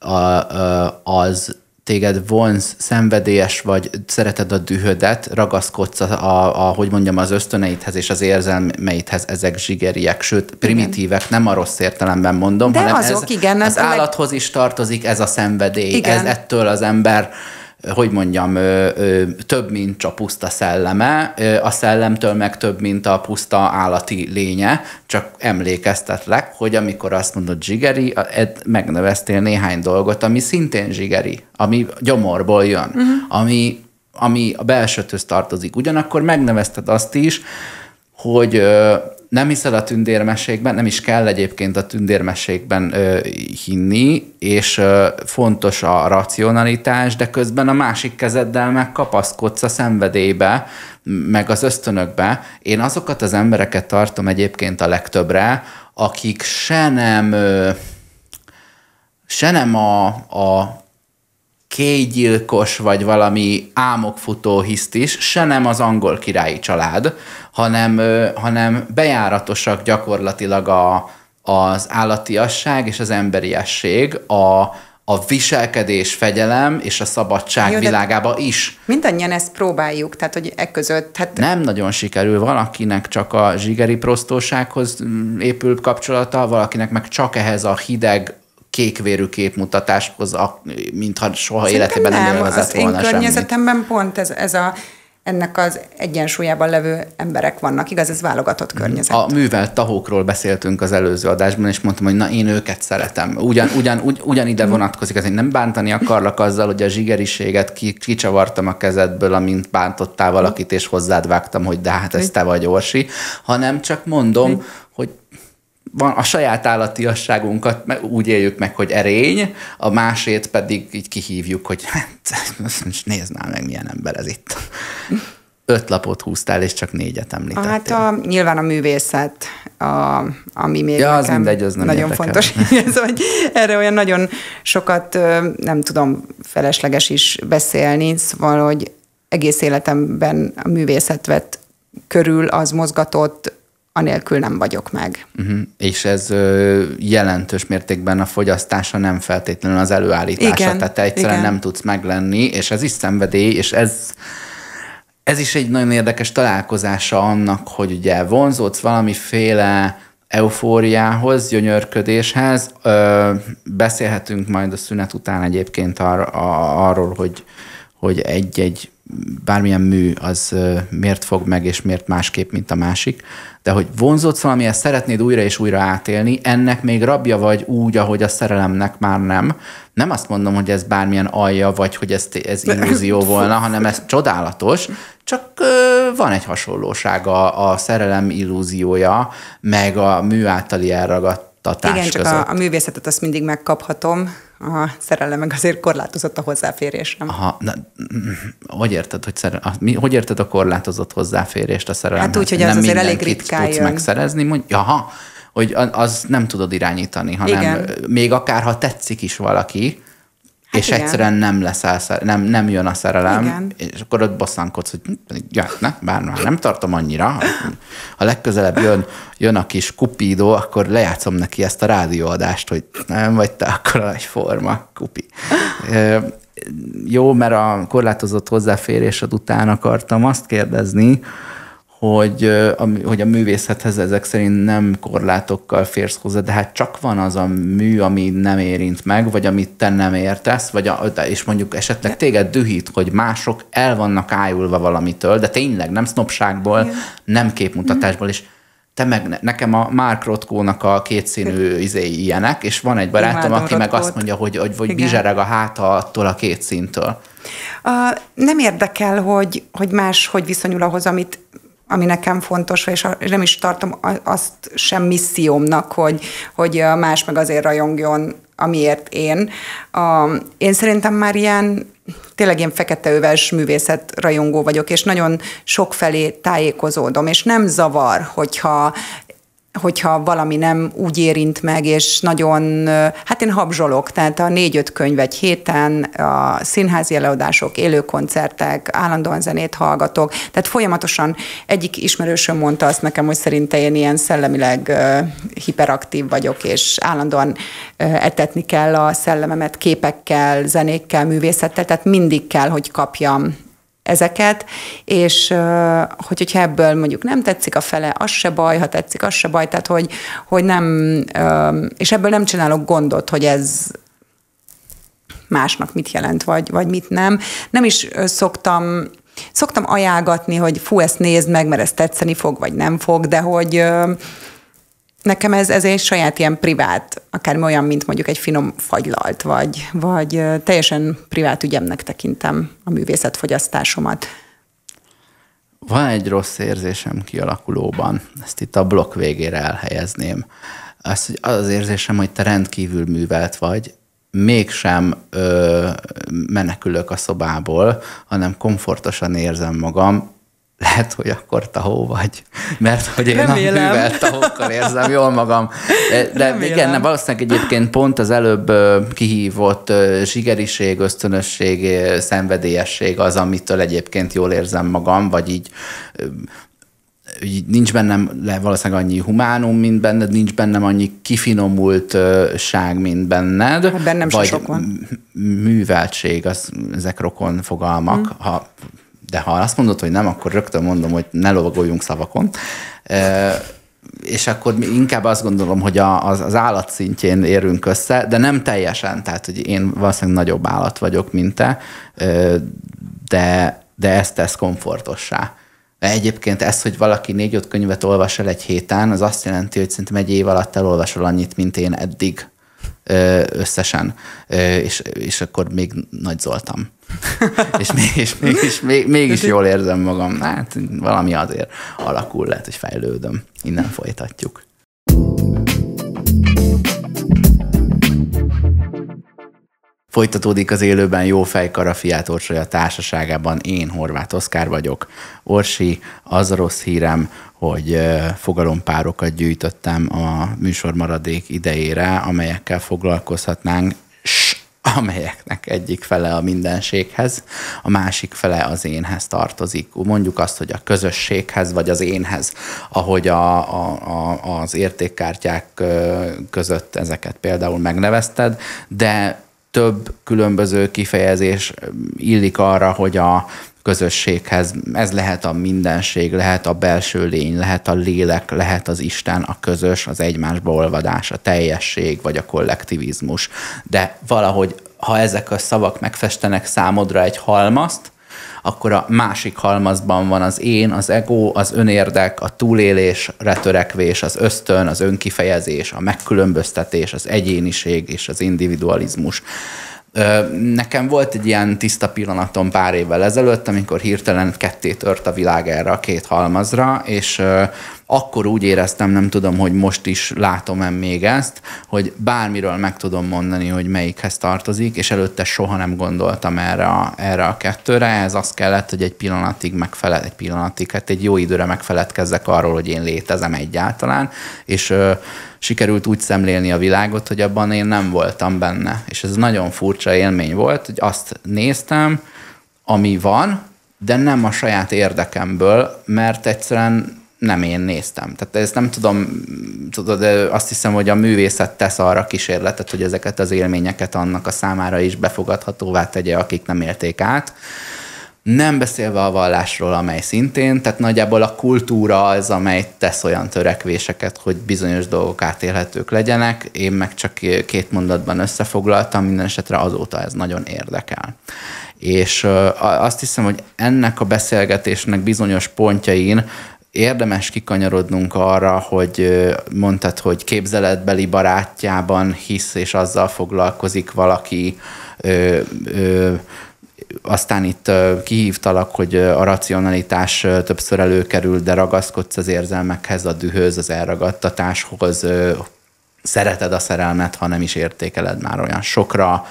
az téged vonz, szenvedélyes vagy, szereted a dühödet, ragaszkodsz hogy mondjam, az ösztöneidhez és az érzelmeidhez, ezek zsigeriek, sőt, primitívek, igen. Nem a rossz értelemben mondom, de hanem azok, igen, az állathoz is tartozik ez a szenvedély, ettől az ember, hogy mondjam, több, mint a puszta szelleme, a szellemtől meg több, mint a puszta állati lénye, csak emlékeztetlek, hogy amikor azt mondod zsigeri, megneveztél néhány dolgot, ami szintén zsigeri, ami gyomorból jön, ami a belsőthöz tartozik. Ugyanakkor megnevezted azt is, hogy nem hiszel a tündérmeségben, nem is kell egyébként a tündérmeségben hinni, és fontos a racionalitás, de közben a másik kezeddel megkapaszkodsz a szenvedélybe, meg az ösztönökbe. Én azokat az embereket tartom egyébként a legtöbbre, akik se nem a kégyilkos, vagy valami álmokfutó hisztis, se nem az angol királyi család, hanem bejáratosak gyakorlatilag az állatiasság és az emberiesség, a viselkedés, fegyelem és a szabadság világába is. Mindannyian ezt próbáljuk, tehát hogy között... Hát... Nem nagyon sikerül, valakinek csak a zsigeri prostósághoz épül kapcsolata, valakinek meg csak ehhez a hideg, kékvérű képmutatáshoz, mintha soha életében nem élvezett volna semmit. Az én környezetemben pont ennek az egyensúlyában levő emberek vannak. Igaz, ez válogatott környezet. A művelt tahókról beszéltünk az előző adásban, és mondtam, hogy na, én őket szeretem. Ugyanide vonatkozik, ezért nem bántani akarlak azzal, hogy a zsigeriséget kicsavartam a kezedből, amint bántottál valakit, és hozzád vágtam, hogy de hát ez te vagy, Orsi, hanem csak mondom, hogy van a saját állatiasságunkat úgy éljük meg, hogy erény, a másét pedig így kihívjuk, hogy nézd már meg, milyen ember ez itt. 5 lapot húztál, és csak 4-et említettél. Hát nyilván a művészet, ami még az mindegy, az nem nagyon érdekel. fontos. Ez, hogy erre olyan nagyon sokat, nem tudom, felesleges is beszélni, szóval, hogy egész életemben a művészet vett körül, az mozgatott, anélkül nem vagyok meg. És ez jelentős mértékben a fogyasztása, nem feltétlenül az előállítása. Igen, tehát te egyszerűen nem tudsz meglenni, és ez is szenvedély, és ez is egy nagyon érdekes találkozása annak, hogy ugye vonzódsz valamiféle eufóriához, gyönyörködéshez. Beszélhetünk majd a szünet után egyébként arról, hogy egy bármilyen mű az miért fog meg, és miért másképp, mint a másik. De hogy vonzódsz valamihez, szeretnéd újra és újra átélni, ennek még rabja vagy úgy, ahogy a szerelemnek már nem. Nem azt mondom, hogy ez bármilyen alja, vagy hogy ez illúzió volna, hanem ez csodálatos, csak van egy hasonlóság a szerelem illúziója, meg a mű általi elragadtatás között. Igen, csak a művészetet azt mindig megkaphatom, a szerelem meg azért korlátozott a hozzáférésem. Aha, hogy érted a korlátozott hozzáférést a szerelemhez? Hát úgy, hogy az azért elég ritkán tudsz megszerezni, hogy az nem tudod irányítani, hanem igen. Még akár ha tetszik is valaki, hát és igen. Egyszerűen nem leszel, nem jön a szerelem, igen. És akkor ott bosszankodsz, hogy bár már nem tartom annyira. Ha legközelebb jön a kis Cupido, akkor lejátszom neki ezt a rádióadást, hogy nem vagy te akkora egyforma, Cupi. Jó, mert a korlátozott hozzáférésed után akartam azt kérdezni, hogy a művészethez ezek szerint nem korlátokkal férsz hozzá, de hát csak van az a mű, ami nem érint meg, vagy amit te nem értesz, és mondjuk esetleg téged dühít, hogy mások el vannak ájulva valamitől, de tényleg nem sznobságból, igen. Nem képmutatásból, és te meg nekem a Mark Rothkónak a kétszínű ilyenek, és van egy barátom, aki meg azt mondja, hogy bizsereg a háta attól a két színtől. Nem érdekel, hogy más hogy viszonyul ahhoz, amit ami nekem fontos, és nem is tartom azt sem missziómnak, hogy más meg azért rajongjon, amiért én. Én szerintem már tényleg ilyen feketeöves művészet rajongó vagyok, és nagyon sokfelé tájékozódom, és nem zavar, hogyha valami nem úgy érint meg, és nagyon, hát én habzsolok, tehát a 4-5 könyv egy héten, a színházi előadások, élőkoncertek, állandóan zenét hallgatok, tehát folyamatosan egyik ismerősöm mondta azt nekem, hogy szerinte én ilyen szellemileg hiperaktív vagyok, és állandóan etetni kell a szellememet képekkel, zenékkel, művészettel, tehát mindig kell, hogy kapjam ezeket, és hogyha ebből mondjuk nem tetszik a fele, az se baj, ha tetszik, az se baj, tehát hogy nem, és ebből nem csinálok gondot, hogy ez másnak mit jelent, vagy mit nem. Nem is szoktam ajánlgatni, hogy fú, ezt nézd meg, mert ez tetszeni fog, vagy nem fog, de hogy nekem ez egy saját ilyen privát, akármi olyan, mint mondjuk egy finom fagylalt, vagy teljesen privát ügyemnek tekintem a művészetfogyasztásomat. Van egy rossz érzésem kialakulóban, ezt itt a blokk végére elhelyezném. Az érzésem, hogy te rendkívül művelt vagy, mégsem menekülök a szobából, hanem komfortosan érzem magam. Lehet, hogy akkor tahó vagy, mert hogy én remélem. A művelt tahókkal érzem jól magam. De remélem. Igen, valószínűleg egyébként pont az előbb kihívott zsigeriség, ösztönösség, szenvedélyesség az, amitől egyébként jól érzem magam, vagy így nincs bennem valószínűleg annyi humánum, mint benned, nincs bennem annyi kifinomultság, mint benned. Hát bennem vagy sok van. Műveltség, ezek rokon fogalmak. De ha azt mondod, hogy nem, akkor rögtön mondom, hogy ne lovagoljunk szavakon. És akkor inkább azt gondolom, hogy az állat szintjén érünk össze, de nem teljesen. Tehát, hogy én valószínűleg nagyobb állat vagyok, mint te, de ezt tesz komfortossá. Egyébként ez, hogy valaki 4-5 könyvet olvas el egy héten, az azt jelenti, hogy szerintem egy év alatt elolvasol annyit, mint én eddig összesen. És akkor még nagy Zoltam. és mégis jól érzem magam. Hát valami azért alakul, lehet, hogy fejlődöm. Innen folytatjuk. Folytatódik az élőben Jófej Karafiát Orsolya társaságában. Én Horváth Oszkár vagyok. Orsi, az a rossz hírem, hogy fogalompárokat gyűjtöttem a műsor maradék idejére, amelyekkel foglalkozhatnánk, amelyeknek egyik fele a mindenséghez, a másik fele az énhez tartozik. Mondjuk azt, hogy a közösséghez, vagy az énhez, ahogy az értékkártyák között ezeket például megnevezted, de több különböző kifejezés illik arra, hogy a közösséghez, ez lehet a mindenség, lehet a belső lény, lehet a lélek, lehet az Isten, a közös, az egymásba olvadás, a teljesség, vagy a kollektivizmus. De valahogy, ha ezek a szavak megfestenek számodra egy halmazt, akkor a másik halmazban van az én, az ego, az önérdek, a túlélésre törekvés, az ösztön, az önkifejezés, a megkülönböztetés, az egyéniség és az individualizmus. Nekem volt egy ilyen tiszta pillanatom pár évvel ezelőtt, amikor hirtelen ketté tört a világ erre a két halmazra, és akkor úgy éreztem, nem tudom, hogy most is látom-e még ezt, hogy bármiről meg tudom mondani, hogy melyikhez tartozik, és előtte soha nem gondoltam erre a kettőre. Ez azt kellett, hogy egy jó időre megfeledkezzek arról, hogy én létezem egyáltalán, és sikerült úgy szemlélni a világot, hogy abban én nem voltam benne. És ez nagyon furcsa élmény volt, hogy azt néztem, ami van, de nem a saját érdekemből, mert egyszerűen nem én néztem. Tehát ezt nem tudod, azt hiszem, hogy a művészet tesz arra kísérletet, hogy ezeket az élményeket annak a számára is befogadhatóvá tegye, akik nem élték át. Nem beszélve a vallásról, amely szintén, tehát nagyjából a kultúra az, amely tesz olyan törekvéseket, hogy bizonyos dolgok átélhetők legyenek. Én meg csak 2 mondatban összefoglaltam, minden esetre azóta ez nagyon érdekel. És azt hiszem, hogy ennek a beszélgetésnek bizonyos pontjain érdemes kikanyarodnunk arra, hogy mondtad, hogy képzeletbeli barátjában hisz, és azzal foglalkozik valaki, aztán itt kihívtalak, hogy a racionalitás többször előkerül, de ragaszkodsz az érzelmekhez, a dühöz, az elragadtatáshoz, szereted a szerelmet, ha nem is értékeled már olyan sokra.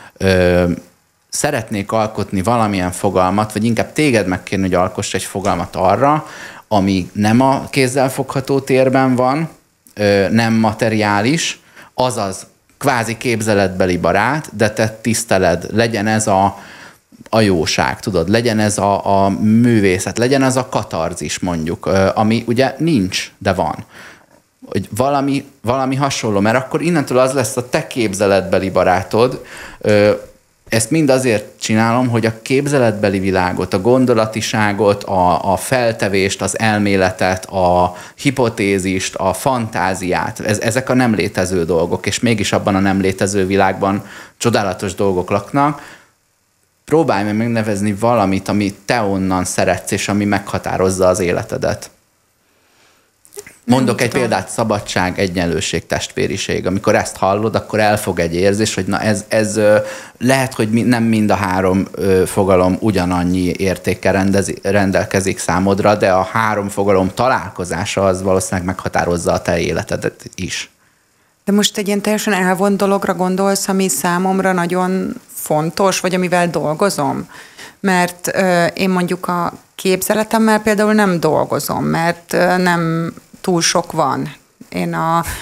Szeretnék alkotni valamilyen fogalmat, vagy inkább téged megkérni, hogy alkoss egy fogalmat arra, ami nem a kézzelfogható térben van, nem materiális, azaz kvázi képzeletbeli barát, de te tiszteled, legyen ez a jóság, tudod, legyen ez a művészet, legyen ez a katarzis mondjuk, ami ugye nincs, de van. Hogy valami hasonló, mert akkor innentől az lesz a te képzeletbeli barátod. Ezt mind azért csinálom, hogy a képzeletbeli világot, a gondolatiságot, a feltevést, az elméletet, a hipotézist, a fantáziát, ezek a nem létező dolgok, és mégis abban a nem létező világban csodálatos dolgok laknak. Próbálj meg megnevezni valamit, amit te onnan szeretsz, és ami meghatározza az életedet. Mondok egy példát, szabadság, egyenlőség, testvériség. Amikor ezt hallod, akkor elfog egy érzés, hogy na ez lehet, hogy nem mind a három fogalom ugyanannyi értékkel rendelkezik számodra, de a három fogalom találkozása az valószínűleg meghatározza a te életedet is. De most egy ilyen teljesen elvont dologra gondolsz, ami számomra nagyon fontos, vagy amivel dolgozom? Mert én mondjuk a képzeletemmel például nem dolgozom, mert nem túl sok van. Én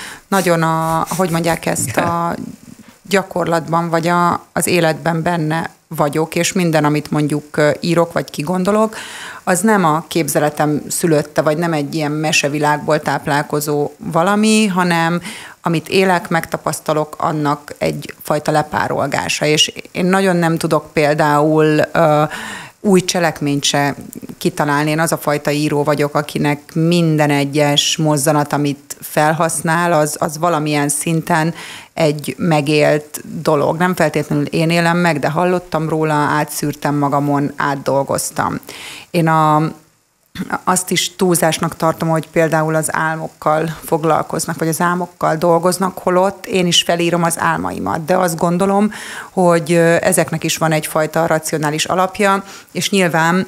hogy mondják ezt, a gyakorlatban vagy az életben benne vagyok, és minden, amit mondjuk írok vagy kigondolok, az nem a képzeletem szülötte, vagy nem egy ilyen mesevilágból táplálkozó valami, hanem amit élek, megtapasztalok, annak egyfajta lepárolgása. És én nagyon nem tudok például új cselekményt se kitalálni. Én az a fajta író vagyok, akinek minden egyes mozzanat, amit felhasznál, az valamilyen szinten egy megélt dolog. Nem feltétlenül én élem meg, de hallottam róla, átszűrtem magamon, átdolgoztam. Én azt is túlzásnak tartom, hogy például az álmokkal foglalkoznak, vagy az álmokkal dolgoznak, holott én is felírom az álmaimat. De azt gondolom, hogy ezeknek is van egyfajta racionális alapja, és nyilván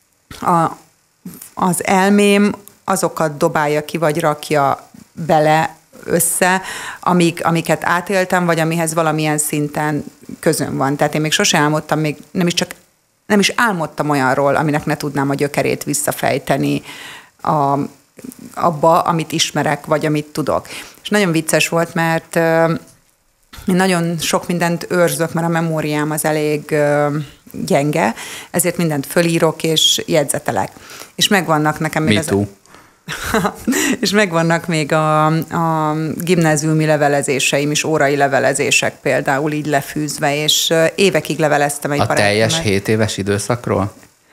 az elmém azokat dobálja ki, vagy rakja bele össze, amiket átéltem, vagy amihez valamilyen szinten közöm van. Tehát én még sose álmodtam, még nem is álmodtam olyanról, aminek ne tudnám a gyökerét visszafejteni abba, amit ismerek, vagy amit tudok. És nagyon vicces volt, mert én nagyon sok mindent őrzök, mert a memóriám az elég gyenge, ezért mindent fölírok és jegyzetelek. És megvannak nekem még és megvannak még a gimnáziumi levelezéseim is, órai levelezések például így lefűzve, és évekig leveleztem egy barátnőmet. A teljes 7 éves időszakról?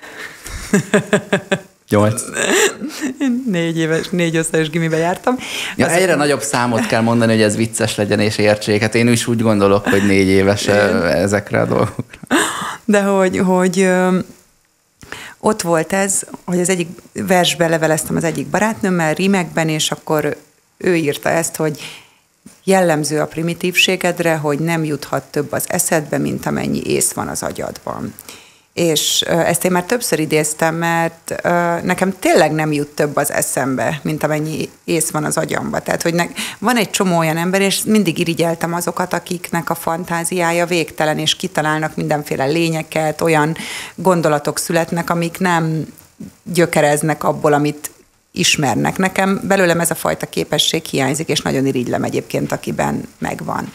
8. 4 osztályos gimibe jártam. Ja, egyre nagyobb számot kell mondani, hogy ez vicces legyen és értsék. Hát én is úgy gondolok, hogy 4 éves ezekre a dolgokra. De hogy ott volt ez, hogy az egyik versben leveleztem az egyik barátnőmmel, rímekben, és akkor ő írta ezt, hogy jellemző a primitívségedre, hogy nem juthat több az eszedbe, mint amennyi ész van az agyadban. És ezt én már többször idéztem, mert nekem tényleg nem jut több az eszembe, mint amennyi ész van az agyamba. Tehát, hogy van egy csomó olyan ember, és mindig irigyeltem azokat, akiknek a fantáziája végtelen, és kitalálnak mindenféle lényeket, olyan gondolatok születnek, amik nem gyökereznek abból, amit ismernek. Nekem belőlem ez a fajta képesség hiányzik, és nagyon irigylem egyébként, akiben megvan.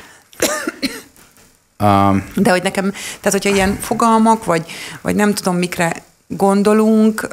De hogy nekem, tehát hogyha ilyen fogalmak, vagy nem tudom mikre gondolunk,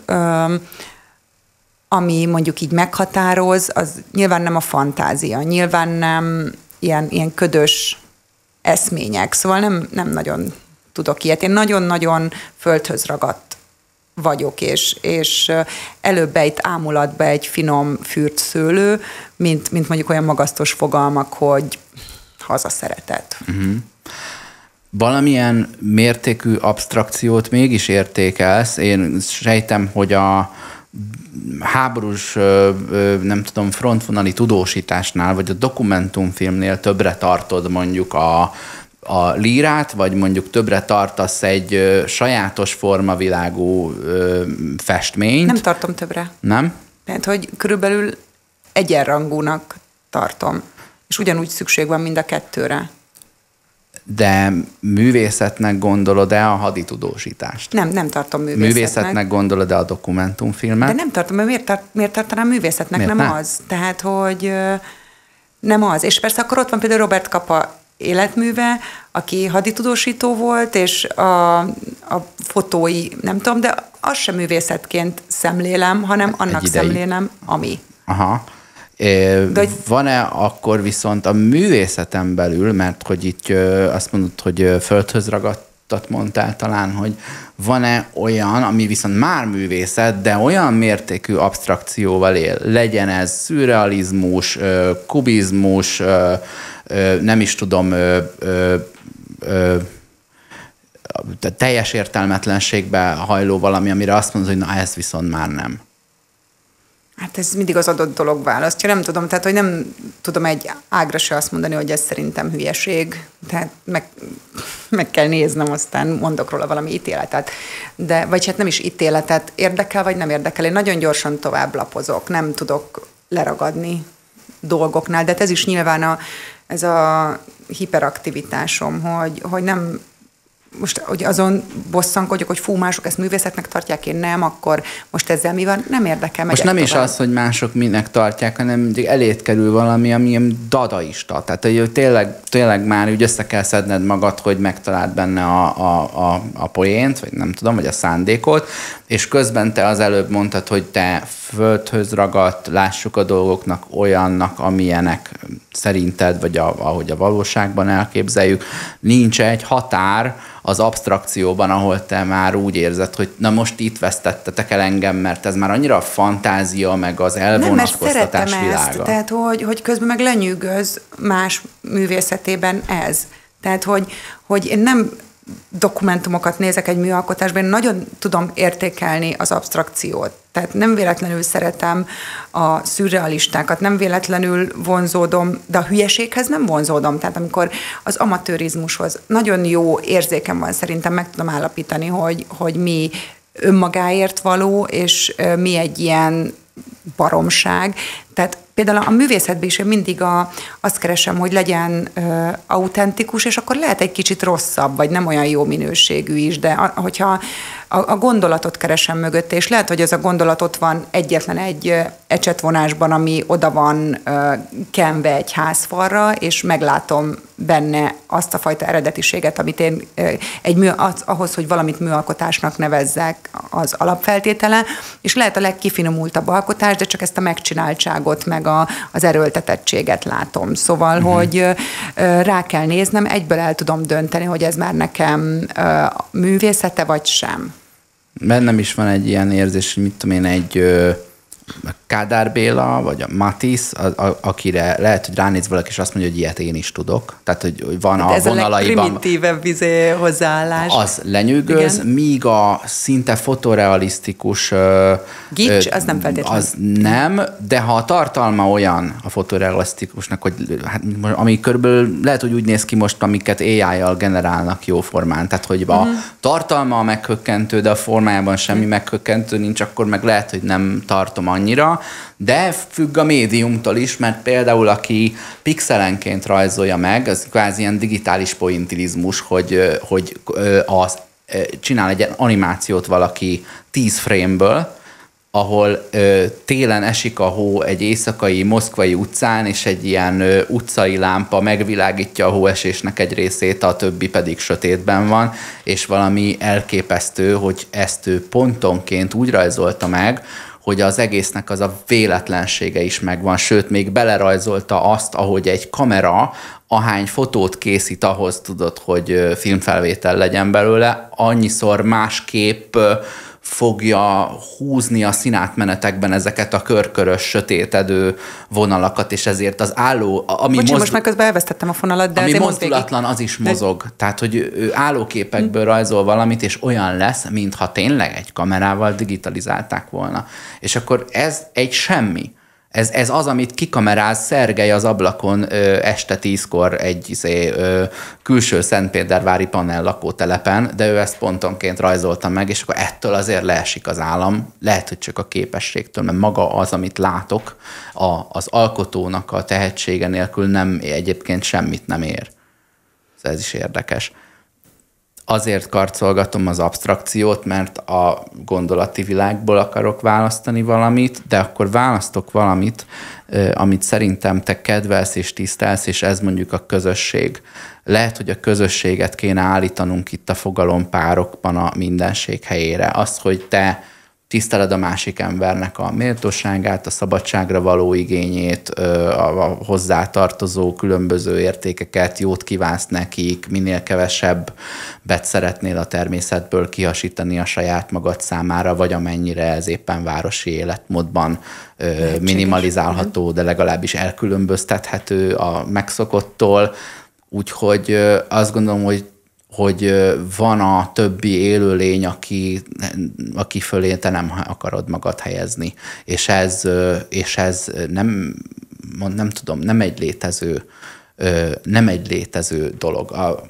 ami mondjuk így meghatároz, az nyilván nem a fantázia, nyilván nem ilyen ködös eszmények, szóval nem nagyon tudok ilyet. Én nagyon-nagyon földhöz ragadt vagyok, és előbb egy ámulatba egy finom fürt szőlő, mint mondjuk olyan magasztos fogalmak, hogy hazaszeretet. Uh-huh. Valamilyen mértékű absztrakciót mégis értékelsz. Én sejtem, hogy a háborús, nem tudom, frontvonali tudósításnál, vagy a dokumentumfilmnél többre tartod mondjuk a lírát, vagy mondjuk többre tartasz egy sajátos formavilágú festményt. Nem tartom többre. Nem? Tehát, hogy körülbelül egyenrangúnak tartom. És ugyanúgy szükség van mind a kettőre. De művészetnek gondolod-e a haditudósítást? Nem tartom művészetnek. Művészetnek gondolod-e a dokumentumfilmet? De nem tartom, mert miért tartanám művészetnek? Miért nem ne? az. Tehát, hogy nem az. És persze akkor ott van például Robert Capa életműve, aki haditudósító volt, és a fotói, nem tudom, de azt sem művészetként szemlélem, hanem annak szemlélem, ami. Aha. Van-e akkor viszont a művészeten belül, mert hogy itt azt mondod, hogy földhöz ragadtat mondtál talán, hogy van-e olyan, ami viszont már művészet, de olyan mértékű abstrakcióval él, legyen ez szürrealizmus, kubizmus, nem is tudom, teljes értelmetlenségbe hajló valami, amire azt mondod, hogy na ez viszont már nem. Hát ez mindig az adott dolog választja, nem tudom, tehát hogy nem tudom egy ágra se azt mondani, hogy ez szerintem hülyeség, tehát meg kell néznem, aztán mondok róla valami ítéletet, de, vagy hát nem is ítéletet, érdekel vagy nem érdekel, én nagyon gyorsan tovább lapozok, nem tudok leragadni dolgoknál, de hát ez is nyilván ez a hiperaktivitásom, hogy nem most hogy azon bosszankodjak, hogy fú, mások ezt művészetnek tartják, én nem, akkor most ezzel mi van? Nem érdekel. Most nem is az, hogy mások minek tartják, hanem mindig elét kerül valami, ami ilyen dadaista. Tehát, hogy tényleg már úgy össze kell szedned magad, hogy megtaláld benne a poént, vagy nem tudom, vagy a szándékot, és közben te az előbb mondtad, hogy te földhöz ragadt, lássuk a dolgoknak olyannak, amilyenek szerinted, vagy ahogy a valóságban elképzeljük. Nincs egy határ az abstrakcióban, ahol te már úgy érzed, hogy na most itt vesztettetek el engem, mert ez már annyira a fantázia, meg az elvonatkoztatás világa. világa. Ezt, tehát hogy közben meg lenyűgöz más művészetében ez. Tehát, hogy én nem dokumentumokat nézek egy műalkotásban, én nagyon tudom értékelni az abstrakciót. Tehát nem véletlenül szeretem a szürrealistákat, nem véletlenül vonzódom, de a hülyeséghez nem vonzódom. Tehát amikor az amatőrizmushoz nagyon jó érzékem van, szerintem meg tudom állapítani, hogy mi önmagáért való, és mi egy ilyen baromság. Tehát például a művészetben is én mindig azt keresem, hogy legyen autentikus, és akkor lehet egy kicsit rosszabb, vagy nem olyan jó minőségű is, de hogyha a gondolatot keresem mögötte, és lehet, hogy ez a gondolat ott van egyetlen egy ecsetvonásban, ami oda van kenve egy házfalra, és meglátom benne azt a fajta eredetiséget, amit én ahhoz, hogy valamit műalkotásnak nevezzek, az alapfeltétele, és lehet a legkifinomultabb alkotás, de csak ezt a megcsináltságot, meg az erőltetettséget látom. Szóval, hogy rá kell néznem, egyből el tudom dönteni, hogy ez már nekem művészete, vagy sem. Bennem is van egy ilyen érzés, hogy mit tudom én, egy Kádár Béla, vagy a Matisse, akire lehet, hogy ránéz valaki, és azt mondja, hogy ilyet én is tudok. Tehát, hogy van a ez vonalaiban. Ez a legprimitívebb hozzáállás. Az lenyűgöz, igen. Míg a szinte fotorealisztikus... Gics, az nem feltétlenül. Az nem, de ha a tartalma olyan a fotorealisztikusnak, hogy hát, ami körülbelül lehet, hogy úgy néz ki most, amiket AI-jal generálnak jó formán. Tehát, hogy a tartalma meghökkentő, de a formájában semmi meghökkentő nincs, akkor meg lehet, hogy nem tartom annyira, de függ a médiumtól is, mert például aki pixelenként rajzolja meg, az kvázi ilyen digitális pointilizmus, hogy csinál egy animációt valaki 10 frame-ből, ahol télen esik a hó egy éjszakai moszkvai utcán, és egy ilyen utcai lámpa megvilágítja a hóesésnek egy részét, a többi pedig sötétben van, és valami elképesztő, hogy ezt ő pontonként úgy rajzolta meg, hogy az egésznek az a véletlensége is megvan, sőt, még belerajzolta azt, ahogy egy kamera ahány fotót készít ahhoz, tudod, hogy filmfelvétel legyen belőle, annyiszor másképp fogja húzni a színátmenetekben ezeket a körkörös, sötétedő vonalakat, és ezért az álló... Most már közben elvesztettem a fonalat, de ami mozdulatlan, az is mozog. Tehát, hogy ő állóképekből rajzol valamit, és olyan lesz, mintha tényleg egy kamerával digitalizálták volna. És akkor ez egy semmi. Ez az, amit kikameráz Szergej az ablakon este 10-kor egy külső Szentpétervári panel lakótelepen, de ő ezt pontonként rajzolta meg, és akkor ettől azért leesik az állam. Lehet, hogy csak a képességtől, mert maga az, amit látok, az alkotónak a tehetsége nélkül egyébként semmit nem ér. Ez is érdekes. Azért karcolgatom az abstrakciót, mert a gondolati világból akarok választani valamit, de akkor választok valamit, amit szerintem te kedvelsz és tisztelsz, és ez mondjuk a közösség. Lehet, hogy a közösséget kéne állítanunk itt a fogalompárokban a mindenség helyére. Az, hogy te tiszteled a másik embernek a méltóságát, a szabadságra való igényét, a hozzátartozó különböző értékeket, jót kívánsz nekik, minél kevesebbet szeretnél a természetből kihasítani a saját magad számára, vagy amennyire ez éppen városi életmódban minimalizálható, de legalábbis elkülönböztethető a megszokottól. Úgyhogy azt gondolom, hogy van a többi élőlény, aki fölé te nem akarod magad helyezni. És ez nem tudom, nem egy létező dolog.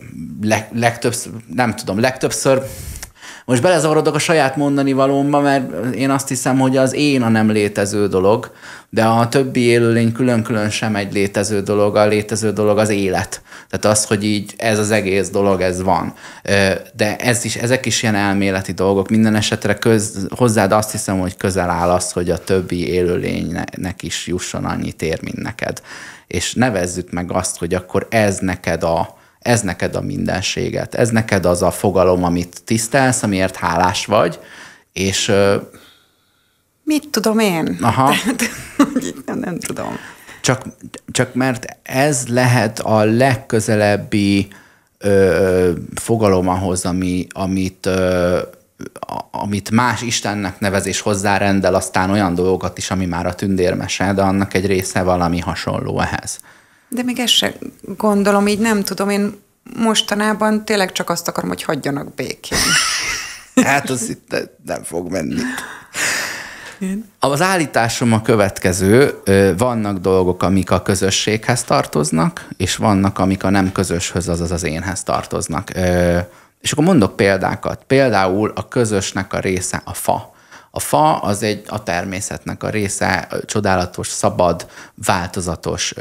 Legtöbbször most belezavarodok a saját mondani valómba, mert én azt hiszem, hogy az én a nem létező dolog, de a többi élőlény külön-külön sem egy létező dolog, a létező dolog az élet. Tehát az, hogy így ez az egész dolog, ez van. De ezek is ilyen elméleti dolgok. Minden esetre hozzád azt hiszem, hogy közel áll az, hogy a többi élőlénynek is jusson annyi tér, mint neked. És nevezzük meg azt, hogy akkor ez neked a mindenséget. Ez neked az a fogalom, amit tisztelsz, amiért hálás vagy, és... Mit tudom én? Aha. Nem tudom. Csak mert ez lehet a legközelebbi fogalom ahhoz, amit más Istennek nevez és hozzárendel, aztán olyan dolgokat is, ami már a tündérmese, de annak egy része valami hasonló ehhez. De még ezt se gondolom, így nem tudom, én mostanában tényleg csak azt akarom, hogy hagyjanak békén. Hát az itt nem fog menni. Az állításom a következő, vannak dolgok, amik a közösséghez tartoznak, és vannak, amik a nem közöshöz, azaz az énhez tartoznak. És akkor mondok példákat. Például a közösnek a része a fa. A fa az a természetnek a része, csodálatos, szabad, változatos,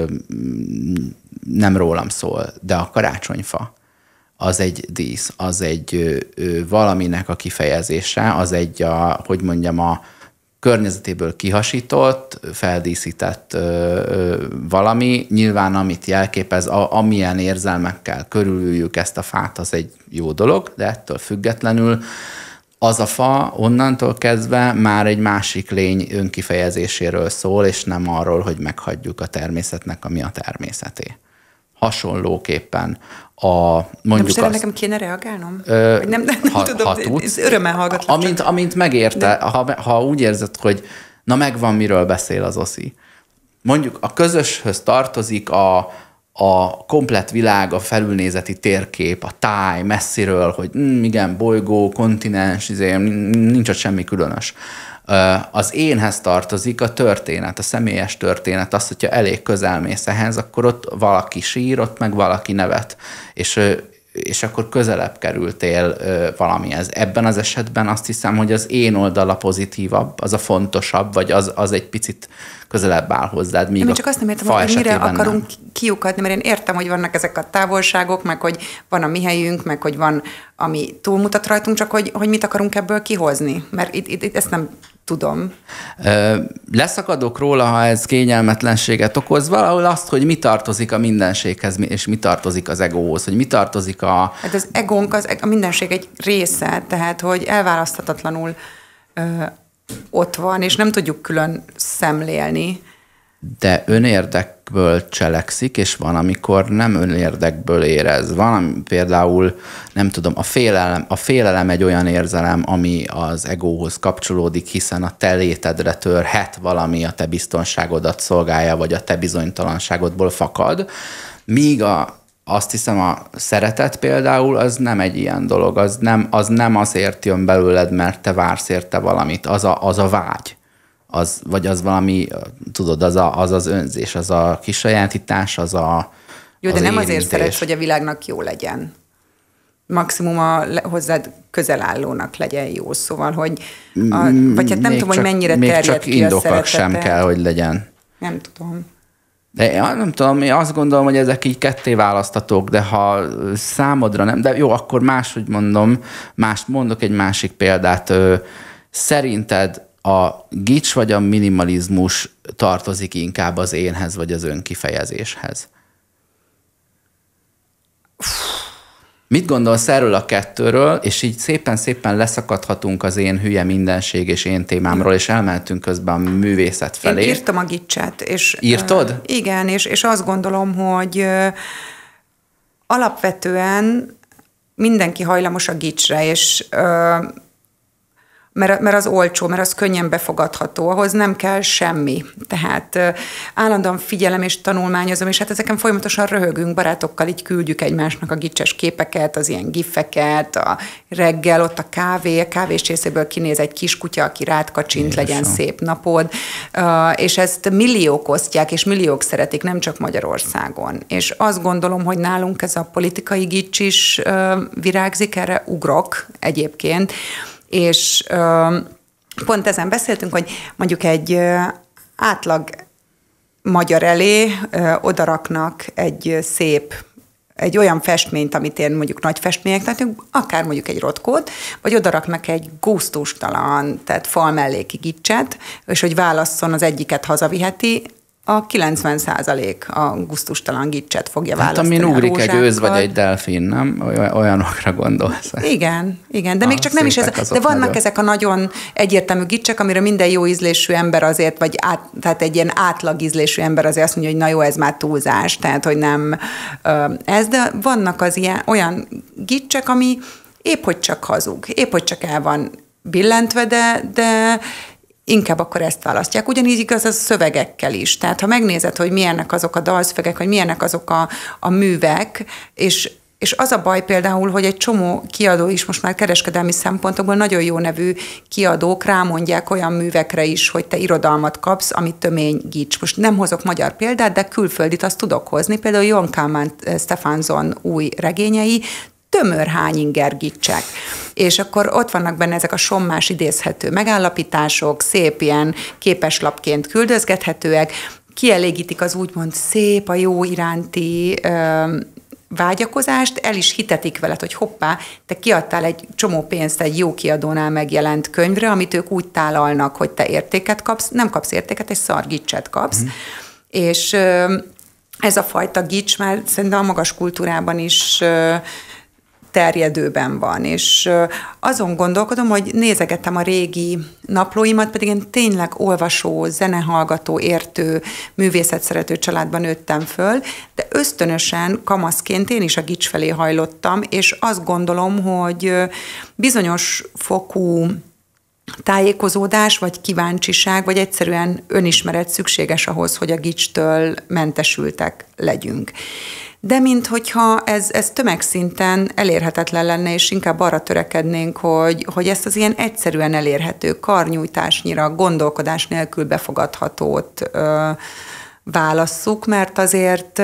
nem rólam szól, de a karácsonyfa az egy dísz, az egy valaminek a kifejezése, az egy, a környezetéből kihasított, feldíszített valami. Nyilván, amit jelképez, amilyen érzelmekkel körülüljük ezt a fát, az egy jó dolog, de ettől függetlenül az a fa onnantól kezdve már egy másik lény önkifejezéséről szól, és nem arról, hogy meghagyjuk a természetnek, ami a természeté. Hasonlóképpen mondjuk azt... nekem kéne reagálnom? Nem tudom, tudsz, örömmel hallgatlak. Amint megérte, ha úgy érzed, hogy na megvan, miről beszél az Oszi. Mondjuk a közöshöz tartozik a komplett világ, a felülnézeti térkép, a táj messziről, hogy igen, bolygó, kontinens, nincs ott semmi különös. Az énhez tartozik a történet, a személyes történet, az, hogyha elég közel mész ehhez, akkor ott valaki sír, ott meg valaki nevet, és akkor közelebb kerültél valamihez. Ebben az esetben azt hiszem, hogy az én oldala pozitívabb, az a fontosabb, vagy az egy picit közelebb áll hozzád, míg csak azt nem értem, hogy mire akarunk kiukadni, mert én értem, hogy vannak ezek a távolságok, meg hogy van a mi helyünk, meg hogy van, ami túlmutat rajtunk, csak hogy mit akarunk ebből kihozni, mert itt ezt nem tudom. Leszakadok róla, ha ez kényelmetlenséget okoz, valahol azt, hogy mi tartozik a mindenséghez, és mi tartozik az egóhoz, hogy mi tartozik a... Hát az egónk, a mindenség egy része, tehát hogy elválaszthatatlanul ott van, és nem tudjuk külön szemlélni. De önérdekből cselekszik, és van, amikor nem önérdekből érez. Van például, nem tudom, a félelem egy olyan érzelem, ami az egóhoz kapcsolódik, hiszen a te létedre törhet valami, a te biztonságodat szolgálja, vagy a te bizonytalanságodból fakad. Míg azt hiszem, a szeretet például az nem egy ilyen dolog, az nem azért jön belőled, mert te vársz érte valamit, az a vágy. vagy az valami, tudod, az önzés, az a kisajátítás, az a Jó, de az nem érintés. azért szeretsz, hogy a világnak jó legyen. Maximum a hozzád közel állónak legyen jó, szóval, hogy vagy hát nem tudom, hogy mennyire terjed ki a szeretete. Még csak indokak sem kell, hogy legyen. Nem tudom. De nem tudom, én azt gondolom, hogy ezek így ketté választatók, de ha számodra nem, de jó, akkor máshogy mondom, mondok egy másik példát. Szerinted a gics vagy a minimalizmus tartozik inkább az énhez, vagy az önkifejezéshez? Mit gondolsz erről a kettőről, és így szépen leszakadhatunk az én hülye mindenség és én témámról, és elmentünk közben a művészet felé. Én írtam a gicset. És, írtod? Igen, és azt gondolom, hogy alapvetően mindenki hajlamos a gicsre, és mert az olcsó, mert az könnyen befogadható, ahhoz nem kell semmi. Tehát állandóan figyelem és tanulmányozom, és hát ezeken folyamatosan röhögünk, barátokkal így küldjük egymásnak a gicses képeket, az ilyen gifeket, a reggel ott a kávés csészéből kinéz egy kiskutya, aki rád kacsint, legyen szép napod, és ezt milliók osztják, és milliók szeretik, nem csak Magyarországon. És azt gondolom, hogy nálunk ez a politikai gics is virágzik, erre ugrok egyébként, és pont ezen beszéltünk, hogy mondjuk egy átlag magyar elé odaraknak egy olyan festményt, amit én mondjuk nagy festmények, tehát akár mondjuk egy rotkót, vagy odaraknak egy gusztustalan, tehát fal melléki gicset, és hogy válasszon, az egyiket hazaviheti, a 90% a gusztustalan gicset fogja választani. Hát amin ugrik egy őz vagy egy delfin, nem? Olyanokra gondolsz. Igen, de még csak nem is ez. De vannak nagyon ezek a nagyon egyértelmű gicsek, amire minden jó ízlésű ember azért, tehát egy ilyen átlag ízlésű ember azért azt mondja, hogy na jó, ez már túlzás, tehát hogy nem ez, de vannak az ilyen olyan gicsek, ami épp hogy csak hazug, épp hogy csak el van billentve, de inkább akkor ezt választják. Ugyanígy igaz a szövegekkel is. Tehát ha megnézed, hogy milyennek azok a dalszövegek, vagy milyennek azok a művek, és az a baj például, hogy egy csomó kiadó is most már kereskedelmi szempontokból nagyon jó nevű kiadók rámondják olyan művekre is, hogy te irodalmat kapsz, ami tömény gics. Most nem hozok magyar példát, de külföldit azt tudok hozni. Például Jon Kalman Stefansson új regényei, tömör hányinger gicsek. És akkor ott vannak benne ezek a sommás idézhető megállapítások, szép ilyen képeslapként küldözgethetőek, kielégítik az úgymond szép, a jó iránti vágyakozást, el is hitetik veled, hogy hoppá, te kiadtál egy csomó pénzt egy jó kiadónál megjelent könyvre, amit ők úgy tálalnak, hogy te értéket kapsz, nem kapsz értéket, egy szar gicset kapsz. És ez a fajta gics már szerintem a magas kultúrában is terjedőben van, és azon gondolkodom, hogy nézegettem a régi naplóimat, pedig én tényleg olvasó, zenehallgató, értő, művészetszerető családban nőttem föl, de ösztönösen, kamaszként én is a gics felé hajlottam, és azt gondolom, hogy bizonyos fokú tájékozódás, vagy kíváncsiság, vagy egyszerűen önismeret szükséges ahhoz, hogy a gicstől mentesültek legyünk. De minthogyha ez tömegszinten elérhetetlen lenne, és inkább arra törekednénk, hogy ezt az ilyen egyszerűen elérhető, karnyújtásnyira, gondolkodás nélkül befogadhatót válasszuk, mert azért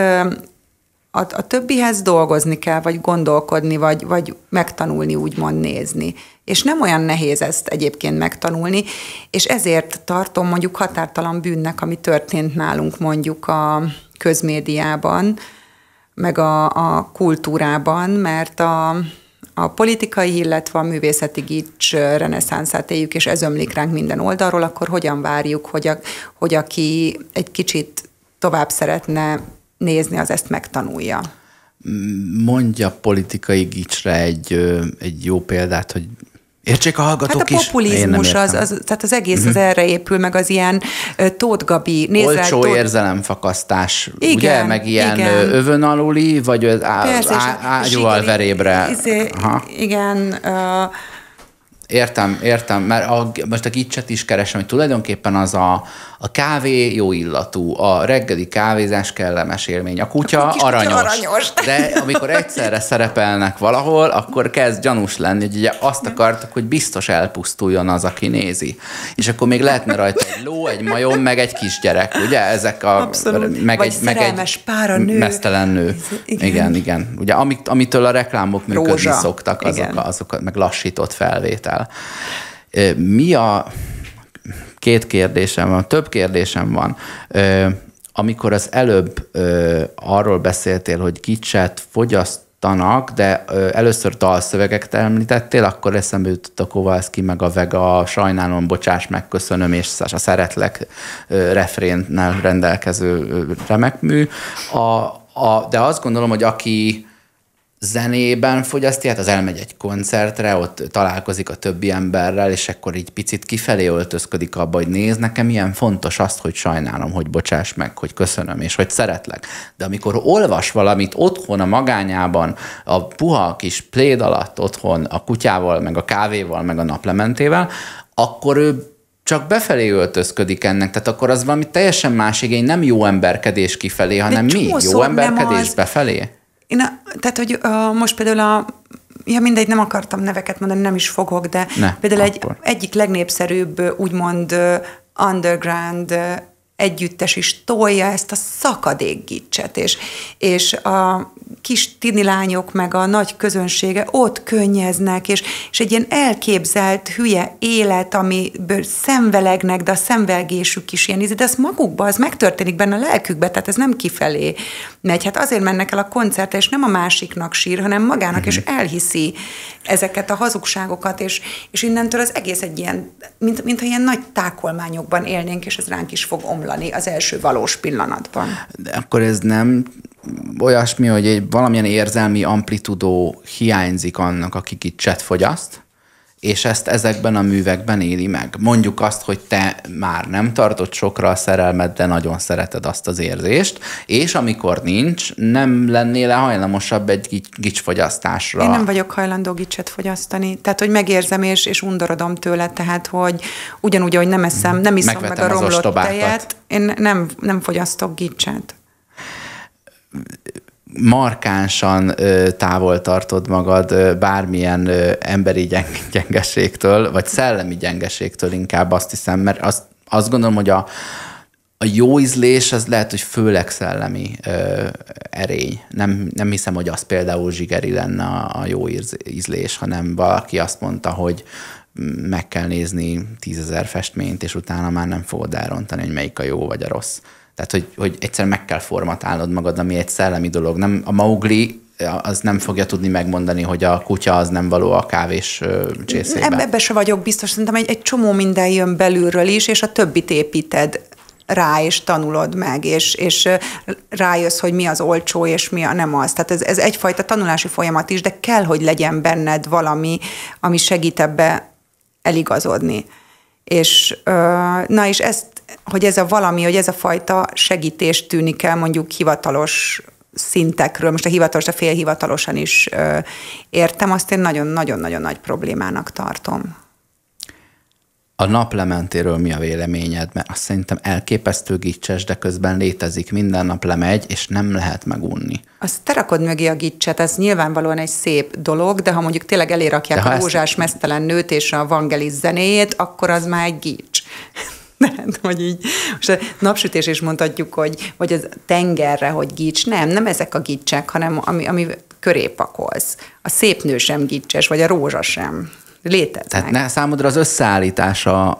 a többihez dolgozni kell, vagy gondolkodni, vagy megtanulni, úgymond nézni. És nem olyan nehéz ezt egyébként megtanulni, és ezért tartom mondjuk határtalan bűnnek, ami történt nálunk mondjuk a közmédiában, meg a kultúrában, mert a politikai, illetve a művészeti gics reneszánszát éljük, és ez ömlik ránk minden oldalról, akkor hogyan várjuk, hogy aki egy kicsit tovább szeretne nézni, az ezt megtanulja? Mondja politikai gicsre egy jó példát, hogy értsék a hallgatók is. Hát a populizmus, tehát az egész az erre épül, meg az ilyen Tóth Gabi. Olcsó érzelemfakasztás, igen, ugye? Meg ilyen övön aluli, vagy ágyúval verébre. Igen. Értem, mert most a gicset is keresem, hogy tulajdonképpen A kávé jó illatú, a reggeli kávézás kellemes élmény, a kutya aranyos. De amikor egyszerre szerepelnek valahol, akkor kezd gyanús lenni, hogy ugye azt akartak, hogy biztos elpusztuljon az, aki nézi. És akkor még lehetne rajta egy ló, egy majom, meg egy kisgyerek, ugye? Ezek a... Abszolút. Meg vagy egy szerelmes pár a nő. Meztelen nő. Igen. Ugye amitől a reklámok működni szoktak, azok meg lassított felvétel. Mi a... Két kérdésem van, több kérdésem van. Amikor az előbb arról beszéltél, hogy gicset fogyasztanak, de először dalszövegeket említettél, akkor eszembe jutott a Kowalski meg a Vega, sajnálom, bocsáss meg, köszönöm, és a szeretlek refrénnel rendelkező remek mű. De azt gondolom, hogy aki zenében fogyasztja, hát az elmegy egy koncertre, ott találkozik a többi emberrel, és akkor így picit kifelé öltözködik abba, hogy nézd, nekem ilyen fontos azt, hogy sajnálom, hogy bocsáss meg, hogy köszönöm, és hogy szeretlek. De amikor olvas valamit otthon a magányában, a puha kis pléd alatt otthon, a kutyával, meg a kávéval, meg a naplementével, akkor ő csak befelé öltözködik ennek, tehát akkor az valami teljesen más igény, nem jó emberkedés kifelé, hanem mi? Jó emberkedés befelé? Tehát, hogy most például mindegy, nem akartam neveket mondani, nem is fogok, de például egyik legnépszerűbb, úgymond underground együttes is tolja ezt a szakadék gicset, és a kis tini lányok meg a nagy közönsége ott könnyeznek, és egy ilyen elképzelt hülye élet, amiből szenvelegnek, de a szenvelgésük is ilyen, de az magukban, az megtörténik benne a lelkükben, tehát ez nem kifelé megy. Hát azért mennek el a koncertre, és nem a másiknak sír, hanem magának, és elhiszi ezeket a hazugságokat, és innentől az egész egy ilyen, mintha ilyen nagy tákolmányokban élnénk, és ez ránk is fog omlani az első valós pillanatban. De akkor ez nem olyasmi, hogy egy valamilyen érzelmi amplitudó hiányzik annak, aki gicset fogyaszt, és ezt ezekben a művekben éli meg. Mondjuk azt, hogy te már nem tartod sokra a szerelmed, de nagyon szereted azt az érzést, és amikor nincs, nem lennél hajlamosabb egy gicsfogyasztásra. Én nem vagyok hajlandó gicset fogyasztani. Tehát, hogy megérzem, és undorodom tőle, tehát, hogy ugyanúgy, hogy nem iszom meg a romlott tejet, én nem fogyasztok gicset. Markánsan távol tartod magad bármilyen emberi gyengeségtől, vagy szellemi gyengeségtől inkább, azt hiszem, mert azt gondolom, hogy a jó ízlés az lehet, hogy főleg szellemi erény. Nem hiszem, hogy az például zsigeri lenne a jó ízlés, hanem valaki azt mondta, hogy meg kell nézni 10 000 festményt, és utána már nem fogod elrontani, hogy melyik a jó vagy a rossz. Tehát, hogy egyszer meg kell formatálnod magad, ami egy szellemi dolog. Nem, a Mowgli az nem fogja tudni megmondani, hogy a kutya az nem való a kávés csészében. Ebbe se vagyok biztos. Szerintem egy csomó minden jön belülről is, és a többit építed rá, és tanulod meg, és rájössz, hogy mi az olcsó, és mi a nem az. Tehát ez egyfajta tanulási folyamat is, de kell, hogy legyen benned valami, ami segít ebbe eligazodni. És és ezt, hogy ez a valami, hogy ez a fajta segítés tűnik el mondjuk hivatalos szintekről, most a hivatalos, a félhivatalosan is értem, azt én nagyon-nagyon-nagyon nagy problémának tartom. A naplementéről mi a véleményed? Mert azt szerintem elképesztő gicses, de közben létezik, minden nap lemegy, és nem lehet megunni. Azt te rakod mögé a gicset, ez nyilvánvalóan egy szép dolog, de ha mondjuk tényleg elérakják a rózsás meztelen nőt és a Vangelis zenéjét, akkor az már egy gics. Hát, hogy így, most a napsütés is mondhatjuk, hogy az tengerre, hogy gics. Nem ezek a gicsek, hanem ami köré pakolsz. A szép nő sem gicses, vagy a rózsa sem. Léteznek. Tehát számodra az összeállítása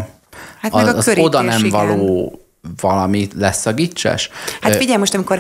az oda nem való valami lesz a gicses? Hát figyelj, most amikor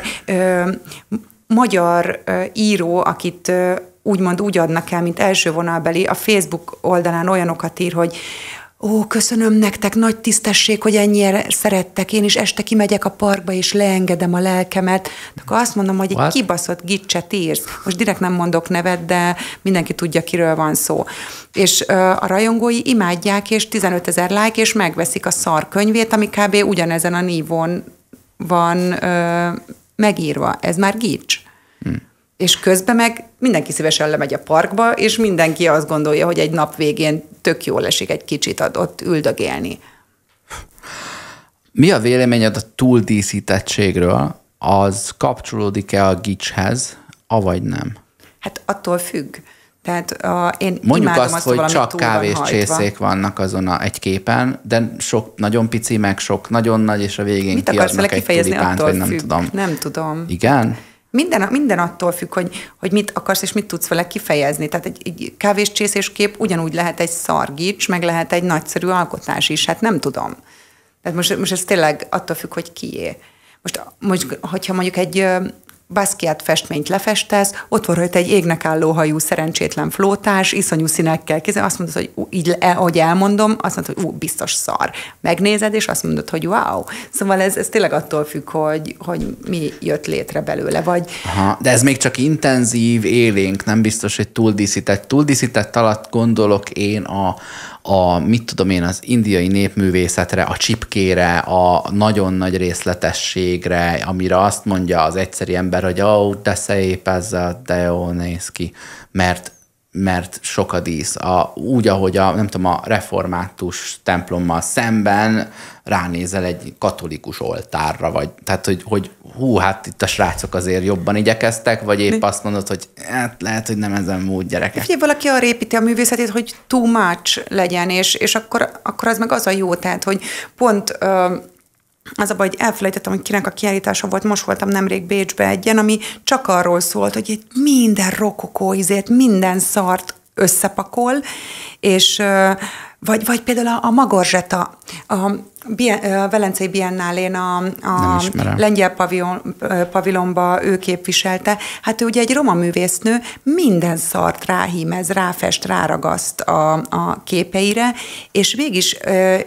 magyar író, akit úgymond úgy adnak el, mint első vonalbeli, a Facebook oldalán olyanokat ír, hogy köszönöm nektek, nagy tisztesség, hogy ennyire szerettek, én is este kimegyek a parkba, és leengedem a lelkemet. Akkor azt mondom, hogy egy kibaszott gicset írsz. Most direkt nem mondok nevet, de mindenki tudja, kiről van szó. És a rajongói imádják, és 15 000 like, és megveszik a szar könyvét, ami kb. Ugyanezen a nívón van megírva. Ez már gics. És közben meg mindenki szívesen lemegy a parkba, és mindenki azt gondolja, hogy egy nap végén tök jól esik egy kicsit ott üldögélni. Mi a véleményed a túldíszítettségről? Az kapcsolódik-e a gicshez, avagy nem? Hát attól függ. Tehát én mondjuk azt, hogy csak kávéscsészék vannak azon egy képen, de sok nagyon pici, meg sok nagyon nagy, és a végén kiadnak egy tulipánt, vagy nem tudom. Nem tudom. Igen? Minden attól függ, hogy mit akarsz, és mit tudsz vele kifejezni. Tehát egy kávéscsészés kép ugyanúgy lehet egy szargics, meg lehet egy nagyszerű alkotás is. Hát nem tudom. Tehát most ez tényleg attól függ, hogy kié. Most hogyha mondjuk egy Basquiat festményt lefestesz, ott van rajta egy égnek álló hajú szerencsétlen flótás, iszonyú színekkel kézzel, azt mondod, hogy így, ahogy elmondom, azt mondod, hogy biztos szar. Megnézed, és azt mondod, hogy wow. Szóval ez tényleg attól függ, hogy mi jött létre belőle, vagy... Aha, de ez még csak intenzív, élénk, nem biztos, hogy túldíszített. Túldíszített alatt gondolok én mit tudom én, az indiai népművészetre, a csipkére, a nagyon nagy részletességre, amire azt mondja az egyszeri ember, hogy de szép ez, de jó néz ki, mert sok a dísz. Úgy, ahogy nem tudom, a református templommal szemben ránézel egy katolikus oltárra, vagy tehát, hogy hát itt a srácok azért jobban igyekeztek, vagy épp azt mondod, hogy hát lehet, hogy nem ezen múlt gyerekek. Ugye valaki arra építi a művészetét, hogy too much legyen, és akkor az meg az a jó, tehát, hogy pont az a baj, hogy elfelejtettem, hogy kinek a kiállítása volt, most voltam nemrég Bécsbe egyen, ami csak arról szólt, hogy itt minden rokokó minden szart összepakol, és vagy például a Magorzseta, a Velencei Biennálén a lengyel pavilonba ő képviselte. Hát ő ugye egy roma művésznő, minden szart ráhímez, ráfest, ráragaszt a képeire, és mégis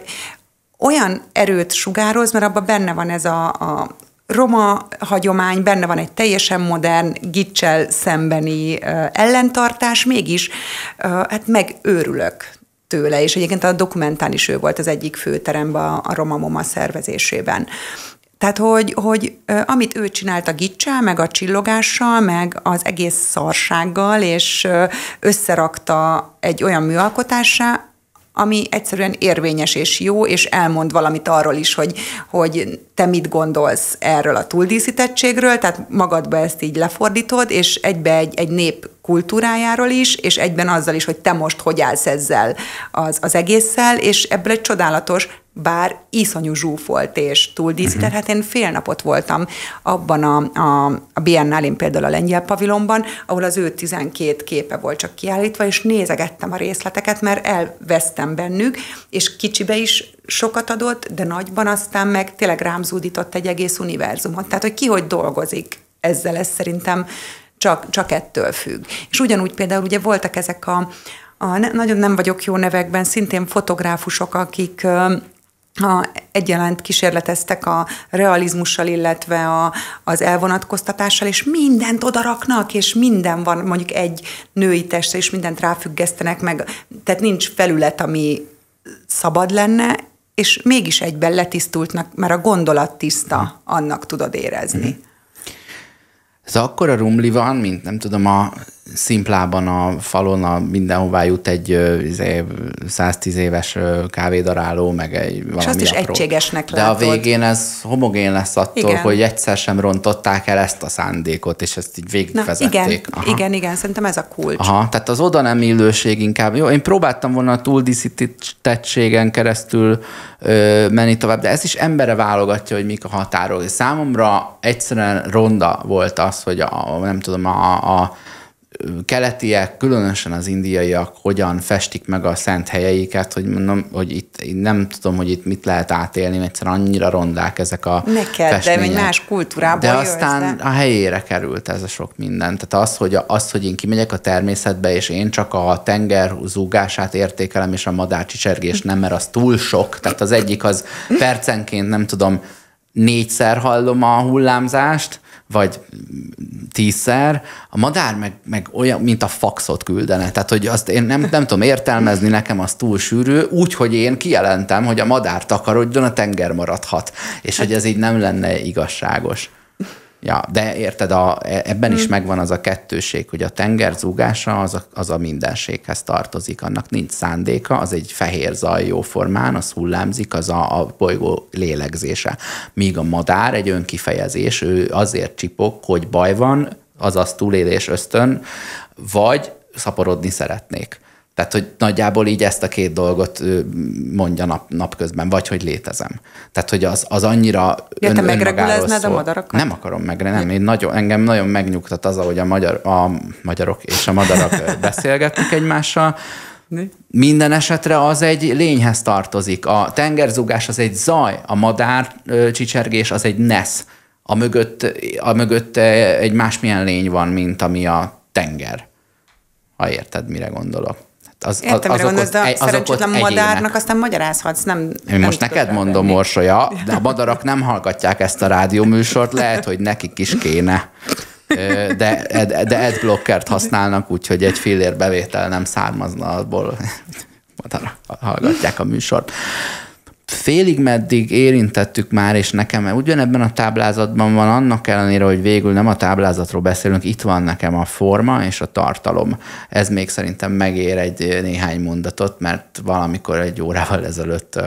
olyan erőt sugároz, mert abban benne van ez a roma hagyomány, benne van egy teljesen modern, gicsel szembeni ellentartás, mégis hát megőrülök tőle, és egyébként a dokumentán is ő volt az egyik főteremben a Roma MoMA szervezésében. Tehát, hogy amit ő csinált a gicsel, meg a csillogással, meg az egész szarsággal, és összerakta egy olyan műalkotássá, ami egyszerűen érvényes és jó, és elmond valamit arról is, hogy te mit gondolsz erről a túldíszítettségről, tehát magadba ezt így lefordítod, és egybe egy nép kultúrájáról is, és egyben azzal is, hogy te most hogy állsz ezzel az egésszel, és ebből egy csodálatos, bár iszonyú zsúfolt és túldíszített. Hát én fél napot voltam abban a Biennálén, például a lengyel pavilonban, ahol az ő 12 képe volt csak kiállítva, és nézegettem a részleteket, mert elvesztem bennük, és kicsibe is sokat adott, de nagyban aztán meg tényleg rám zúdított egy egész univerzumot. Tehát, hogy ki hogy dolgozik ezzel, ez szerintem csak ettől függ. És ugyanúgy például ugye voltak ezek nagyon nem vagyok jó nevekben, szintén fotográfusok, akik egyaránt kísérleteztek a realizmussal, illetve az elvonatkoztatással, és mindent odaraknak, és minden van, mondjuk egy női testre, és mindent ráfüggesztenek meg, tehát nincs felület, ami szabad lenne, és mégis egyben letisztultnak, mert a gondolat tiszta, annak tudod érezni. Ez akkora rumli van, mint nem tudom, a Szimplában a falon mindenhová jut egy 110 éves kávédaráló, meg egy valami és azt is apró. Egységesnek de látod. a végén ez homogén lesz attól, igen. hogy egyszer sem rontották el ezt a szándékot, és ezt így végigvezették. Igen, szerintem ez a kulcs. Aha, tehát az oda nem illőség inkább. Jó, én próbáltam volna a túldíszítettségen keresztül menni tovább, de ez is embere válogatja, hogy mik a határok. Számomra egyszerűen ronda volt az, hogy nem tudom, a keletiek, különösen az indiaiak hogyan festik meg a szent helyeiket, hogy mondom, hogy itt nem tudom, hogy itt mit lehet átélni, mert egyszerűen annyira rondák ezek a neked, de egy más kultúrából de jössz, aztán a helyére került ez a sok minden. Tehát az, hogy én kimegyek a természetbe, és én csak a tenger zúgását értékelem, és a madár csicsergés nem, mert az túl sok. Tehát az egyik az percenként, nem tudom, 4-szer hallom a hullámzást, vagy 10-szer, a madár meg olyan, mint a faxot küldene. Tehát, hogy azt én nem tudom értelmezni, nekem az túl sűrű, úgyhogy én kijelentem, hogy a madár takarodjon, a tenger maradhat. És hogy ez így nem lenne igazságos. Ja, de érted, ebben is megvan az a kettőség, hogy a tenger zúgása az a mindenséghez tartozik, annak nincs szándéka, az egy fehér zaj jóformán, az hullámzik, az a bolygó lélegzése. Míg a madár egy önkifejezés, ő azért csipog, hogy baj van, azaz túlélés ösztön, vagy szaporodni szeretnék. Tehát, hogy nagyjából így ezt a két dolgot mondja napközben, vagy hogy létezem. Tehát, hogy az annyira te megreguláznád a madarakat? Nem akarom engem nagyon megnyugtat az, ahogy a magyarok és a madarak beszélgetnek egymással. Minden esetre az egy lényhez tartozik. A tengerzúgás az egy zaj, a madár csicsergés az egy nesz. A mögött egy másmilyen lény van, mint ami a tenger. Ha érted, mire gondolok. Értem, mire gondolsz, de a szerencsétlen madárnak aztán magyarázhatsz, nem... Én most neked mondom, Orsolya, de a madarak nem hallgatják ezt a rádióműsort, lehet, hogy nekik is kéne. De adblockert használnak, úgyhogy egy fillér bevétel nem származna abból. Madarak hallgatják a műsort. Félig meddig érintettük már, és nekem ugyanebben a táblázatban van, annak ellenére, hogy végül nem a táblázatról beszélünk, itt van nekem a forma és a tartalom. Ez még szerintem megér egy néhány mondatot, mert valamikor egy órával ezelőtt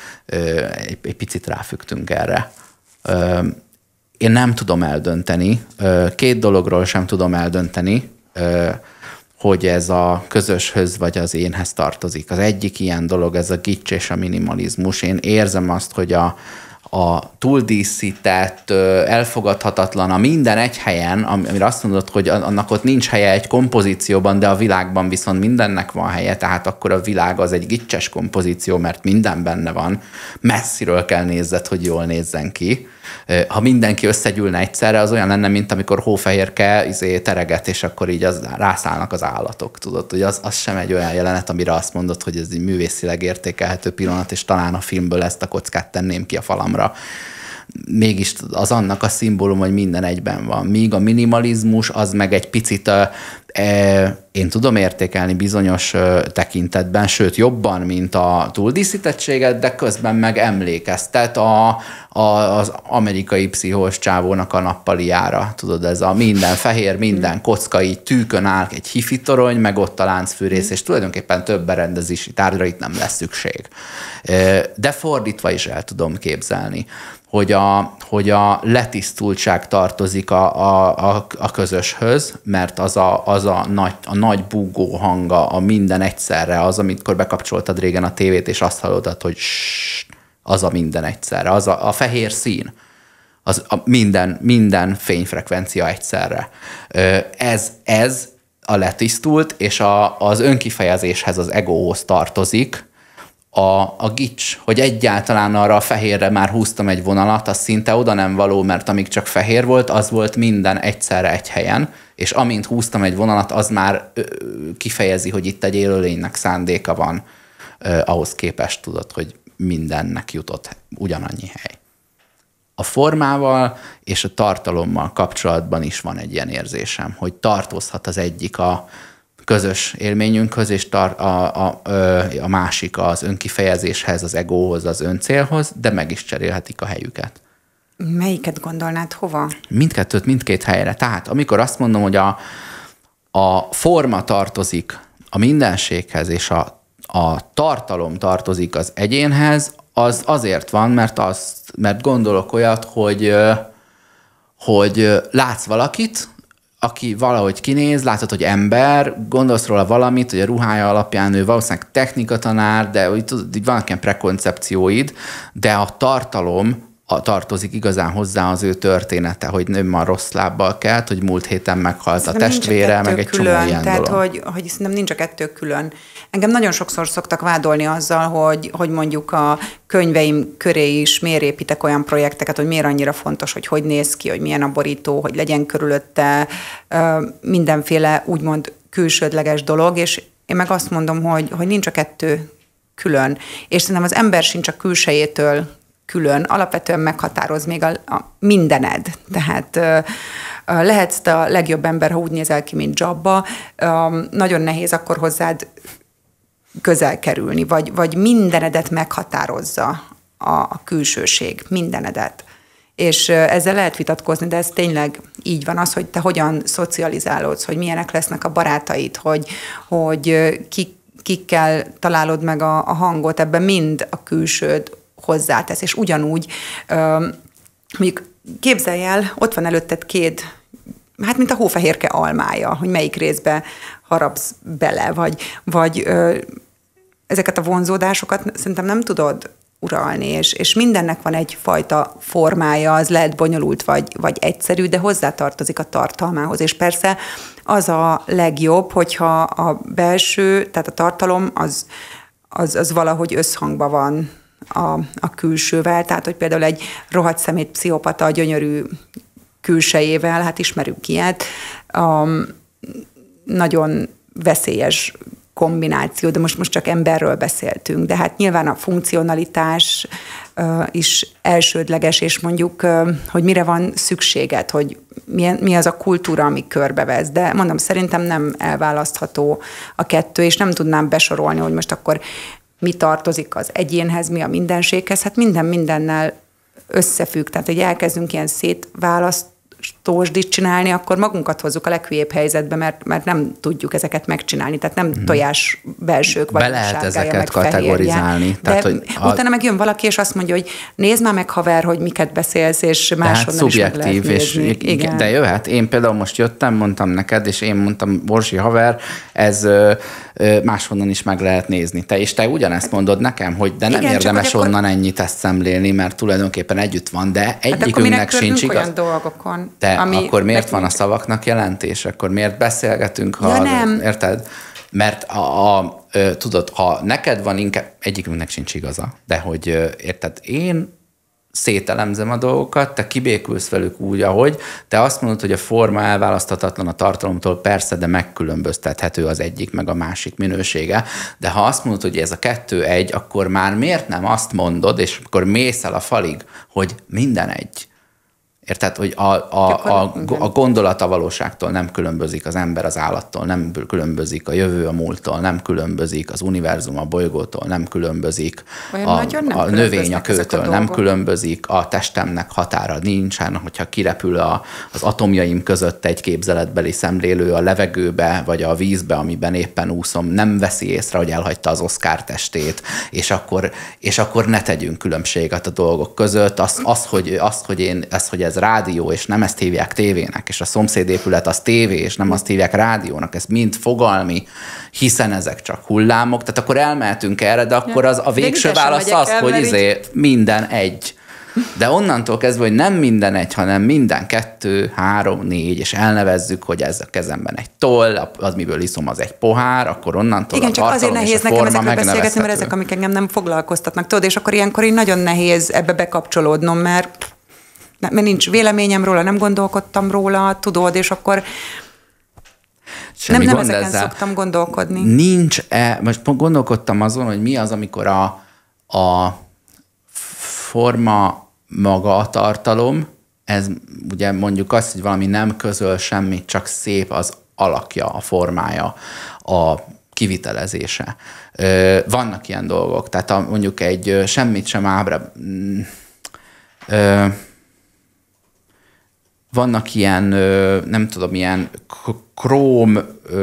egy picit ráfüggtünk erre. Én nem tudom eldönteni, két dologról sem tudom eldönteni, hogy ez a közöshöz vagy az énhez tartozik. Az egyik ilyen dolog, ez a gics és a minimalizmus. Én érzem azt, hogy a túldíszített, elfogadhatatlan, a minden egy helyen, amire azt mondod, hogy annak ott nincs helye egy kompozícióban, de a világban viszont mindennek van helye, tehát akkor a világ az egy gicses kompozíció, mert minden benne van. Messziről kell nézzed, hogy jól nézzen ki. Ha mindenki összegyűlne egyszerre, az olyan lenne, mint amikor hófehérke tereget, és akkor így rászállnak az állatok, tudod, hogy az sem egy olyan jelenet, amire azt mondod, hogy ez egy művészileg értékelhető pillanat, és talán a filmből ezt a kockát tenném ki a falamra. Mégis az annak a szimbólum, hogy minden egyben van. Míg a minimalizmus, az meg egy picit én tudom értékelni bizonyos tekintetben, sőt jobban, mint a túldíszítettséget, de közben meg emlékeztet az amerikai pszichós csávónak a nappaliára. Tudod, ez a minden fehér, minden kocka így tűkön áll, egy hifi torony, meg ott a láncfűrész, és tulajdonképpen több berendezési tárgyra itt nem lesz szükség. De fordítva is el tudom képzelni, hogy a letisztultság tartozik a közöshöz, mert az a nagy búgó hanga, a minden egyszerre, az, amikor bekapcsoltad régen a tévét, és azt hallottad, hogy az a minden egyszerre, az a fehér szín, az a minden fényfrekvencia egyszerre. Ez a letisztult, és az önkifejezéshez, az egóhoz tartozik, a gics, hogy egyáltalán arra a fehérre már húztam egy vonalat, az szinte oda nem való, mert amíg csak fehér volt, az volt minden egyszerre egy helyen, és amint húztam egy vonalat, az már kifejezi, hogy itt egy élőlénynek szándéka van, ahhoz képest tudod, hogy mindennek jutott ugyanannyi hely. A formával és a tartalommal kapcsolatban is van egy ilyen érzésem, hogy tartozhat az egyik a közös élményünkhöz, és a másik az önkifejezéshez, az egóhoz, az öncélhoz, de meg is cserélhetik a helyüket. Melyiket gondolnád hova? Mindkettőt, mindkét helyre. Tehát amikor azt mondom, hogy a forma tartozik a mindenséghez, és a tartalom tartozik az egyénhez, az azért van, mert gondolok olyat, hogy látsz valakit, aki valahogy kinéz, látod, hogy ember, gondolsz róla valamit, hogy a ruhája alapján ő valószínűleg technikatanár, de így vannak ilyen prekoncepcióid, de a tartalom tartozik igazán hozzá az ő története, hogy nem már rossz lábbal kelt, hogy múlt héten meghalt a testvére, meg egy csomó ilyen tehát, dolog. hogy szerintem nincs a kettő külön. Engem nagyon sokszor szoktak vádolni azzal, hogy mondjuk a könyveim köré is miért építek olyan projekteket, hogy miért annyira fontos, hogy néz ki, hogy milyen a borító, hogy legyen körülötte mindenféle úgymond külsődleges dolog, és én meg azt mondom, hogy nincs a kettő külön. És szerintem az ember sincs a külsejétől külön, alapvetően meghatároz még a mindened. Tehát lehetsz a legjobb ember, ha úgy nézel ki, mint Jabba, nagyon nehéz akkor hozzád közel kerülni, vagy mindenedet meghatározza a külsőség, mindenedet. és ezzel lehet vitatkozni, de ez tényleg így van az, hogy te hogyan szocializálódsz, hogy milyenek lesznek a barátaid, hogy kikkel találod meg a hangot, ebben mind a külsőd hozzátesz, és ugyanúgy mondjuk képzelj el, ott van előtted két, hát mint a hófehérke almája, hogy melyik részbe harapsz bele, vagy ezeket a vonzódásokat szerintem nem tudod uralni, és mindennek van egyfajta formája, az lehet bonyolult vagy egyszerű, de hozzátartozik a tartalmához. És persze az a legjobb, hogyha a belső, tehát a tartalom az valahogy összhangban van a külsővel, tehát hogy például egy rohadt szemét pszichopata a gyönyörű külsejével, hát ismerünk ilyet, nagyon veszélyes kombináció, de most csak emberről beszéltünk, de hát nyilván a funkcionalitás is elsődleges, és mondjuk, hogy mire van szükséged, hogy mi az a kultúra, ami körbevesz, de mondom, szerintem nem elválasztható a kettő, és nem tudnám besorolni, hogy most akkor mi tartozik az egyénhez, mi a mindenséghez, hát mindennel összefügg, tehát hogy elkezdünk ilyen szétválasztósdit csinálni, akkor magunkat hozzuk a leghülyébb helyzetbe, mert nem tudjuk ezeket megcsinálni, tehát nem tojás belsők, vagy be lehet ezeket kategorizálni. Tehát, hogy utána meg jön valaki, és azt mondja, hogy nézd már meg, haver, hogy miket beszélsz, és máshonnan is meg lehet nézni. Igen. De jöhet. Én például most jöttem, mondtam neked, és én mondtam, Borzsi haver, ez máshonnan is meg lehet nézni. Te ugyanezt mondod nekem, hogy de nem igen, érdemes onnan ennyit ezt szemlélni, mert tulajdonképpen együtt van, de egyikünknek sincs igaz. Olyan dolgokon, de akkor miért van a szavaknak jelentés? Akkor miért beszélgetünk? Érted? Mert tudod, ha neked van inkább, egyikünknek sincs igaza, de hogy érted, én szételemzem a dolgokat, te kibékülsz velük úgy, ahogy, te azt mondod, hogy a forma elválaszthatatlan a tartalomtól, persze, de megkülönböztethető az egyik meg a másik minősége, de ha azt mondod, hogy ez a kettő egy, akkor már miért nem azt mondod, és akkor mész el a falig, hogy minden egy. Érted, hogy a gondolat a valóságtól nem különbözik, az ember az állattól nem különbözik, a jövő a múlttól nem különbözik, az univerzum a bolygótól nem különbözik, a növény a kőtől nem különbözik, a testemnek határa nincsen, hogyha kirepül az atomjaim között egy képzeletbeli szemlélő a levegőbe, vagy a vízbe, amiben éppen úszom, nem veszi észre, hogy elhagyta az Oscar testét, és akkor ne tegyünk különbséget a dolgok között. Hogy ez rádió, és nem ezt hívják tévének, és a szomszédépület az tévé, és nem azt hívják rádiónak, ez mind fogalmi, hiszen ezek csak hullámok, tehát akkor elmehetünk erre, de akkor a végső válasz az, hogy minden egy. De onnantól kezdve, hogy nem minden egy, hanem minden 2, 3, 4, és elnevezzük, hogy ez a kezemben egy toll, az miből iszom, az egy pohár, akkor onnantól igen, a tartalom csak azért nehéz nekem ezekről beszélgetni, mert ezek, amik engem nem foglalkoztatnak, tudod, és akkor ilyenkor így nagyon nehéz ebbe bekapcsolódnom, mert nincs véleményem róla, nem gondolkodtam róla, tudod, és akkor nem ezeken szoktam gondolkodni. Most gondolkodtam azon, hogy mi az, amikor a forma maga a tartalom, ez ugye mondjuk azt, hogy valami nem közöl semmit, csak szép az alakja, a formája, a kivitelezése. Vannak ilyen dolgok, tehát mondjuk egy semmit sem vannak ilyen, nem tudom, ilyen króm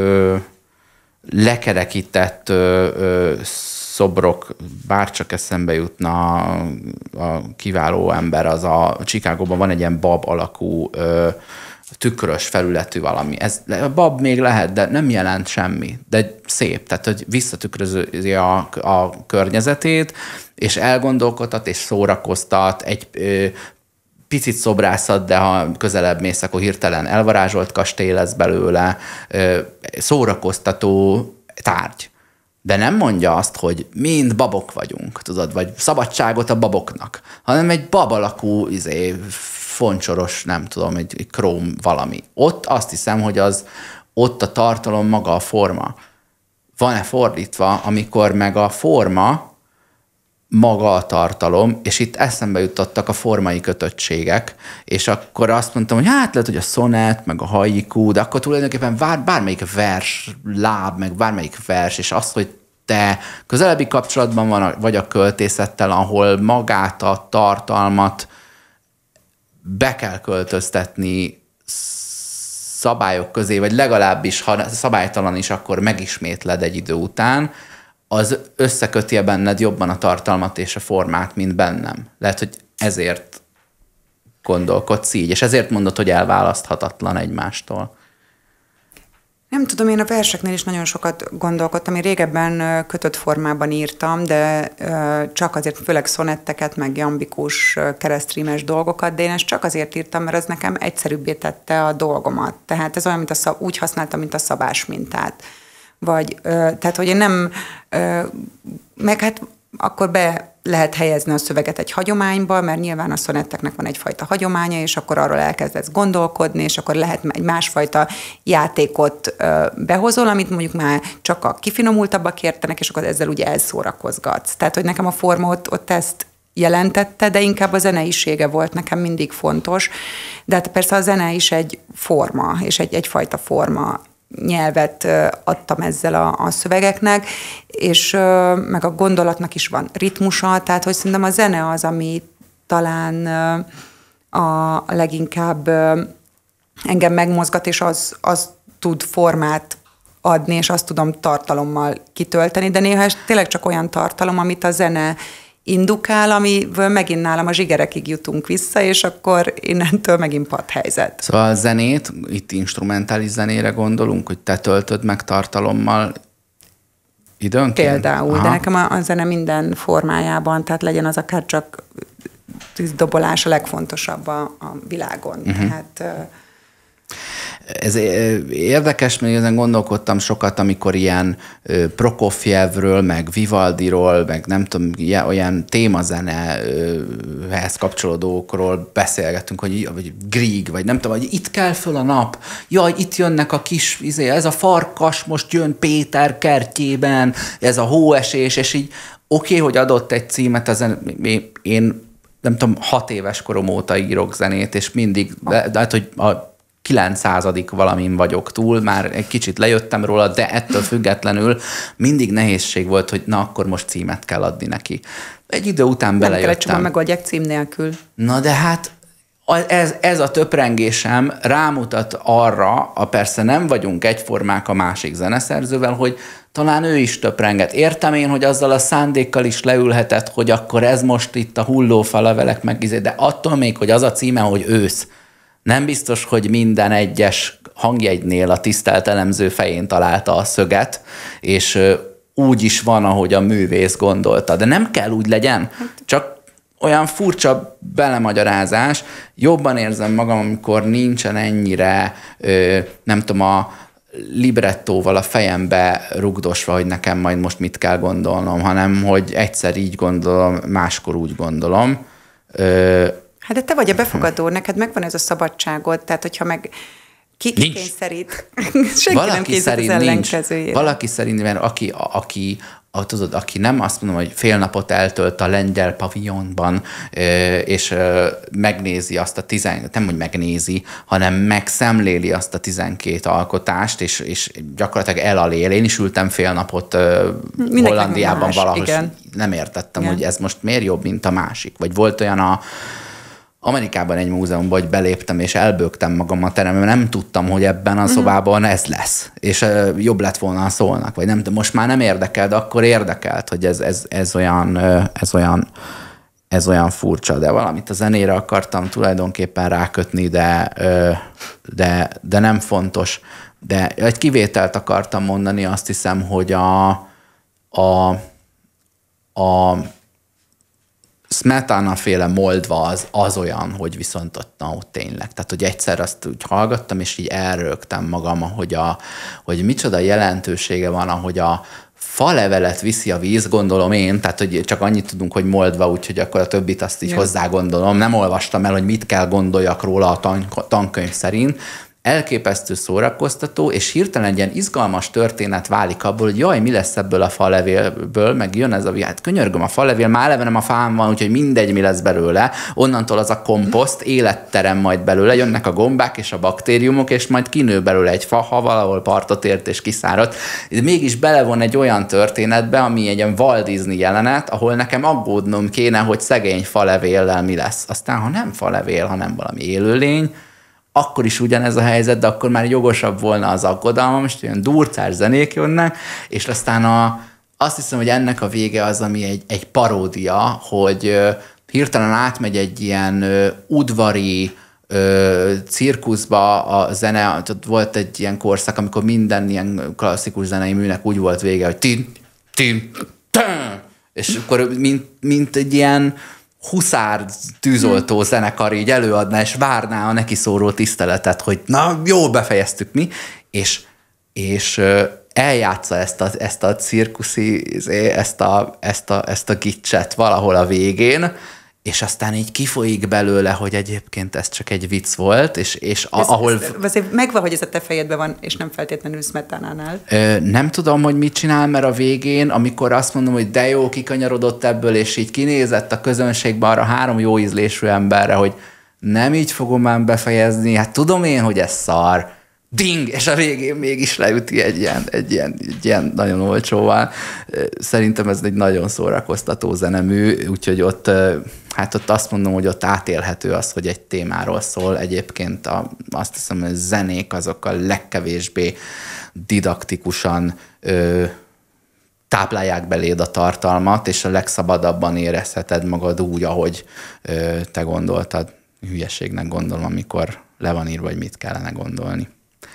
lekerekített szobrok, bárcsak eszembe jutna a kiváló ember, az a Chicagóban van egy ilyen bab alakú tükrös felületű valami. A bab még lehet, de nem jelent semmi, de szép, tehát hogy visszatükrözi a környezetét, és elgondolkodtat, és szórakoztat, egy picit szobrászat, de ha közelebb mész, akkor hirtelen elvarázsolt kastély lesz belőle, szórakoztató tárgy. De nem mondja azt, hogy mind babok vagyunk, tudod, vagy szabadságot a baboknak, hanem egy bab alakú, foncsoros, nem tudom, egy króm valami. Ott azt hiszem, hogy ott a tartalom maga a forma. Van-e fordítva, amikor meg a forma maga a tartalom, és itt eszembe jutottak a formai kötöttségek, és akkor azt mondtam, hogy hát lehet, hogy a szonett, meg a haiku, de akkor tulajdonképpen bármelyik vers, láb, meg bármelyik vers, és az, hogy te közelebbi kapcsolatban vagy a költészettel, ahol magát a tartalmat be kell költöztetni szabályok közé, vagy legalábbis, ha szabálytalan is, akkor megismétled egy idő után, az összeköti benned jobban a tartalmat és a formát, mint bennem. Lehet, hogy ezért gondolkodsz így, és ezért mondod, hogy elválaszthatatlan egymástól. Nem tudom, én a verseknél is nagyon sokat gondolkodtam. Én régebben kötött formában írtam, de csak azért, főleg szonetteket, meg jambikus, keresztrímes dolgokat, de én ezt csak azért írtam, mert ez nekem egyszerűbbé tette a dolgomat. Tehát ez olyan, mint úgy használtam, mint a szabás mintát. Vagy, tehát, hogy én nem, meg hát akkor be lehet helyezni a szöveget egy hagyományba, mert nyilván a szonetteknek van egyfajta hagyománya, és akkor arról elkezdesz gondolkodni, és akkor lehet egy másfajta játékot behozol, amit mondjuk már csak a kifinomultabbak értenek, és akkor ezzel ugye elszórakozgatsz. Tehát, hogy nekem a forma ott ezt jelentette, de inkább a zeneisége volt nekem mindig fontos. De hát persze a zene is egy forma, és egyfajta forma nyelvet adtam ezzel a szövegeknek, és meg a gondolatnak is van ritmusa, tehát hogy szerintem a zene az, ami talán a leginkább engem megmozgat, és az tud formát adni, és azt tudom tartalommal kitölteni, de néha ez tényleg csak olyan tartalom, amit a zene indukál, amiből megint nálam a zsigerekig jutunk vissza, és akkor innentől megint padhelyzet. Szóval a zenét, itt instrumentális zenére gondolunk, hogy te töltöd meg tartalommal időnként? Például, aha. De nekem a zene minden formájában, tehát legyen az akár csak tűzdobolás a legfontosabb a világon. Tehát... Ez érdekes, mert ezen gondolkodtam sokat, amikor ilyen Prokofjevről, meg Vivaldiról, meg nem tudom, olyan témazenehez kapcsolódókról beszélgettünk, vagy Grieg, vagy nem tudom, hogy itt kell föl a nap, jaj, itt jönnek a kis, ez a farkas most jön Péter kertjében, ez a hóesés, és így oké, hogy adott egy címet, én nem tudom, 6 éves korom óta írok zenét, és mindig, hát, hogy a 900. valamin vagyok túl, már egy kicsit lejöttem róla, de ettől függetlenül mindig nehézség volt, hogy na, akkor most címet kell adni neki. Egy idő után belejöttem. Nem kellett, csak megoldják cím nélkül. Na de hát ez a töprengésem rámutat arra, persze nem vagyunk egyformák a másik zeneszerzővel, hogy talán ő is töprenget. Értem én, hogy azzal a szándékkal is leülhetett, hogy akkor ez most itt a hullófalevelek meg, de attól még, hogy az a címe, hogy ősz. Nem biztos, hogy minden egyes hangjegynél a tisztelt elemző fején találta a szöget, és úgy is van, ahogy a művész gondolta. De nem kell úgy legyen, csak olyan furcsa belemagyarázás. Jobban érzem magam, amikor nincsen ennyire, nem tudom, a librettóval a fejembe rugdosva, hogy nekem majd most mit kell gondolnom, hanem hogy egyszer így gondolom, máskor úgy gondolom. Hát de te vagy a befogadó, neked megvan ez a szabadságod, tehát hogyha meg ki kényszerít, senki nem kényszerít az ellenkezőjére. Valaki szerint, mert aki nem azt mondom, hogy fél napot eltölt a lengyel paviljonban, és megnézi azt a nem hogy megnézi, hanem megszemléli azt a 12 alkotást, és gyakorlatilag elalél. Én is ültem fél napot Hollandiában valahol, nem értettem, igen, hogy ez most miért jobb, mint a másik. Vagy volt olyan Amerikában egy múzeumban, hogy beléptem, és elbögtem magam a teremben, nem tudtam, hogy ebben a szobában ez lesz. És jobb lett volna, ha szólnak, vagy nem. Most már nem érdekel, de akkor érdekelt, hogy ez olyan furcsa. De valamit a zenére akartam tulajdonképpen rákötni, de nem fontos. De egy kivételt akartam mondani, azt hiszem, hogy a Smetana-féle Moldva az olyan, hogy viszont ott tényleg. Tehát, hogy egyszer azt úgy hallgattam, és így elrögtem magam, hogy micsoda jelentősége van, ahogy a falevelet viszi a víz, gondolom én, tehát, hogy csak annyit tudunk, hogy Moldva, úgyhogy akkor a többit azt így hozzá gondolom. Nem olvastam el, hogy mit kell gondoljak róla a tankönyv szerint. elképesztő szórakoztató, és hirtelen egy ilyen izgalmas történet válik abból, hogy jaj, mi lesz ebből a falevélből, meg jön ez a hát könyörgöm, a falevél, már eleve nem a fán van, úgyhogy mindegy, mi lesz belőle, onnantól az a komposzt, életterem majd belőle, jönnek a gombák és a baktériumok, és majd kinő belőle egy fa, ha valahol partot ért és kiszáradt. Mégis belevon egy olyan történetbe, ami egy ilyen Walt Disney jelenet, ahol nekem aggódnom kéne, hogy szegény falevéllel mi lesz. Aztán, ha nem falevél, hanem valami élőlény, akkor is ugyanez a helyzet, de akkor már jogosabb volna az aggodalmam, és olyan durcás zenék jönnek, és aztán azt hiszem, hogy ennek a vége az, ami egy paródia, hogy hirtelen átmegy egy ilyen udvari cirkuszba a zene, volt egy ilyen korszak, amikor minden ilyen klasszikus zenei műnek úgy volt vége, hogy tin, és akkor mint egy ilyen huszár tűzoltó zenekar így előadná, és várná a neki szóró tiszteletet, hogy na, jó, befejeztük mi, és eljátsza ezt a cirkuszi, ezt a gicset valahol a végén, és aztán így kifolyik belőle, hogy egyébként ez csak egy vicc volt, és ahol... Azért megvan, hogy ez a te fejedben van, és nem feltétlenül Smetanánál. Nem tudom, hogy mit csinál, mert a végén, amikor azt mondom, hogy de jó, kikanyarodott ebből, és így kinézett a közönségbe arra 3 jó ízlésű emberre, hogy nem így fogom már befejezni, hát tudom én, hogy ez szar, ding, és a végén mégis leüti egy ilyen nagyon olcsóval. Szerintem ez egy nagyon szórakoztató zenemű, úgyhogy ott azt mondom, hogy ott átélhető az, hogy egy témáról szól. Egyébként azt hiszem, hogy zenék azok a legkevésbé didaktikusan táplálják beléd a tartalmat, és a legszabadabban érezheted magad úgy, ahogy te gondoltad. Hülyeségnek gondolom, amikor le van írva, hogy mit kellene gondolni.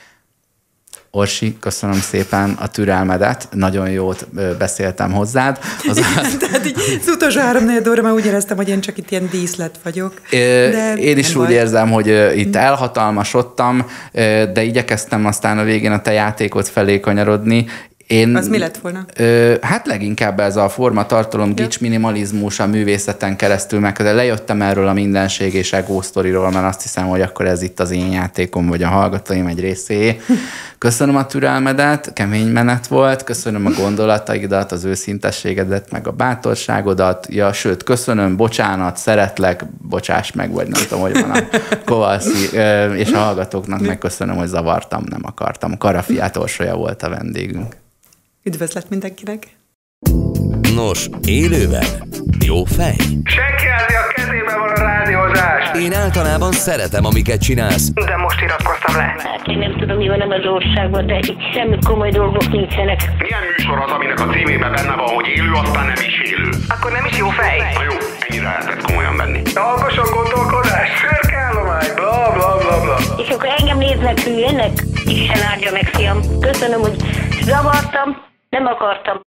Orsi, köszönöm szépen a türelmedet, nagyon jót beszéltem hozzád. Tehát így az utolsó 3-4 óra már úgy éreztem, hogy én csak itt ilyen díszlet vagyok. Én is úgy érzem, hogy itt elhatalmasodtam, de igyekeztem aztán a végén a te játékod felé kanyarodni. Az mi lett volna? Hát leginkább ez a formatartalom, gics minimalizmus a művészeten keresztül, meg lejöttem erről a mindenség és ego sztoriról, mert azt hiszem, hogy akkor ez itt az én játékom, vagy a hallgatóim egy részé. Köszönöm a türelmedet, kemény menet volt, köszönöm a gondolataidat, az őszintességedet, meg a bátorságodat, sőt, köszönöm, bocsánat, szeretlek, bocsáss meg, vagy nem tudom, hogy van a Kovalszi, és a hallgatóknak meg köszönöm, hogy zavartam, nem akartam. Karafiát Orsolya volt a vendégünk. Üdvözlet mindenkinek! Nos, élőben jó fej? Senki a kezében van a rádiózás! Én általában szeretem, amiket csinálsz. De most iratkoztam le. Hát én nem tudom, mi van az országban, de itt semmi komoly dolgok nincsenek. Milyen műsor az, aminek a címében benne van, hogy élő, aztán nem is élő? Akkor nem is jó fej? Na jó, ennyire lehetett komolyan venni. Alkosan gondolkodás, szürkeállomány, bla bla bla bla. És akkor engem néznek hülyének? Isten áldja meg, fiam. Köszönöm, hogy zavartam, nem akartam.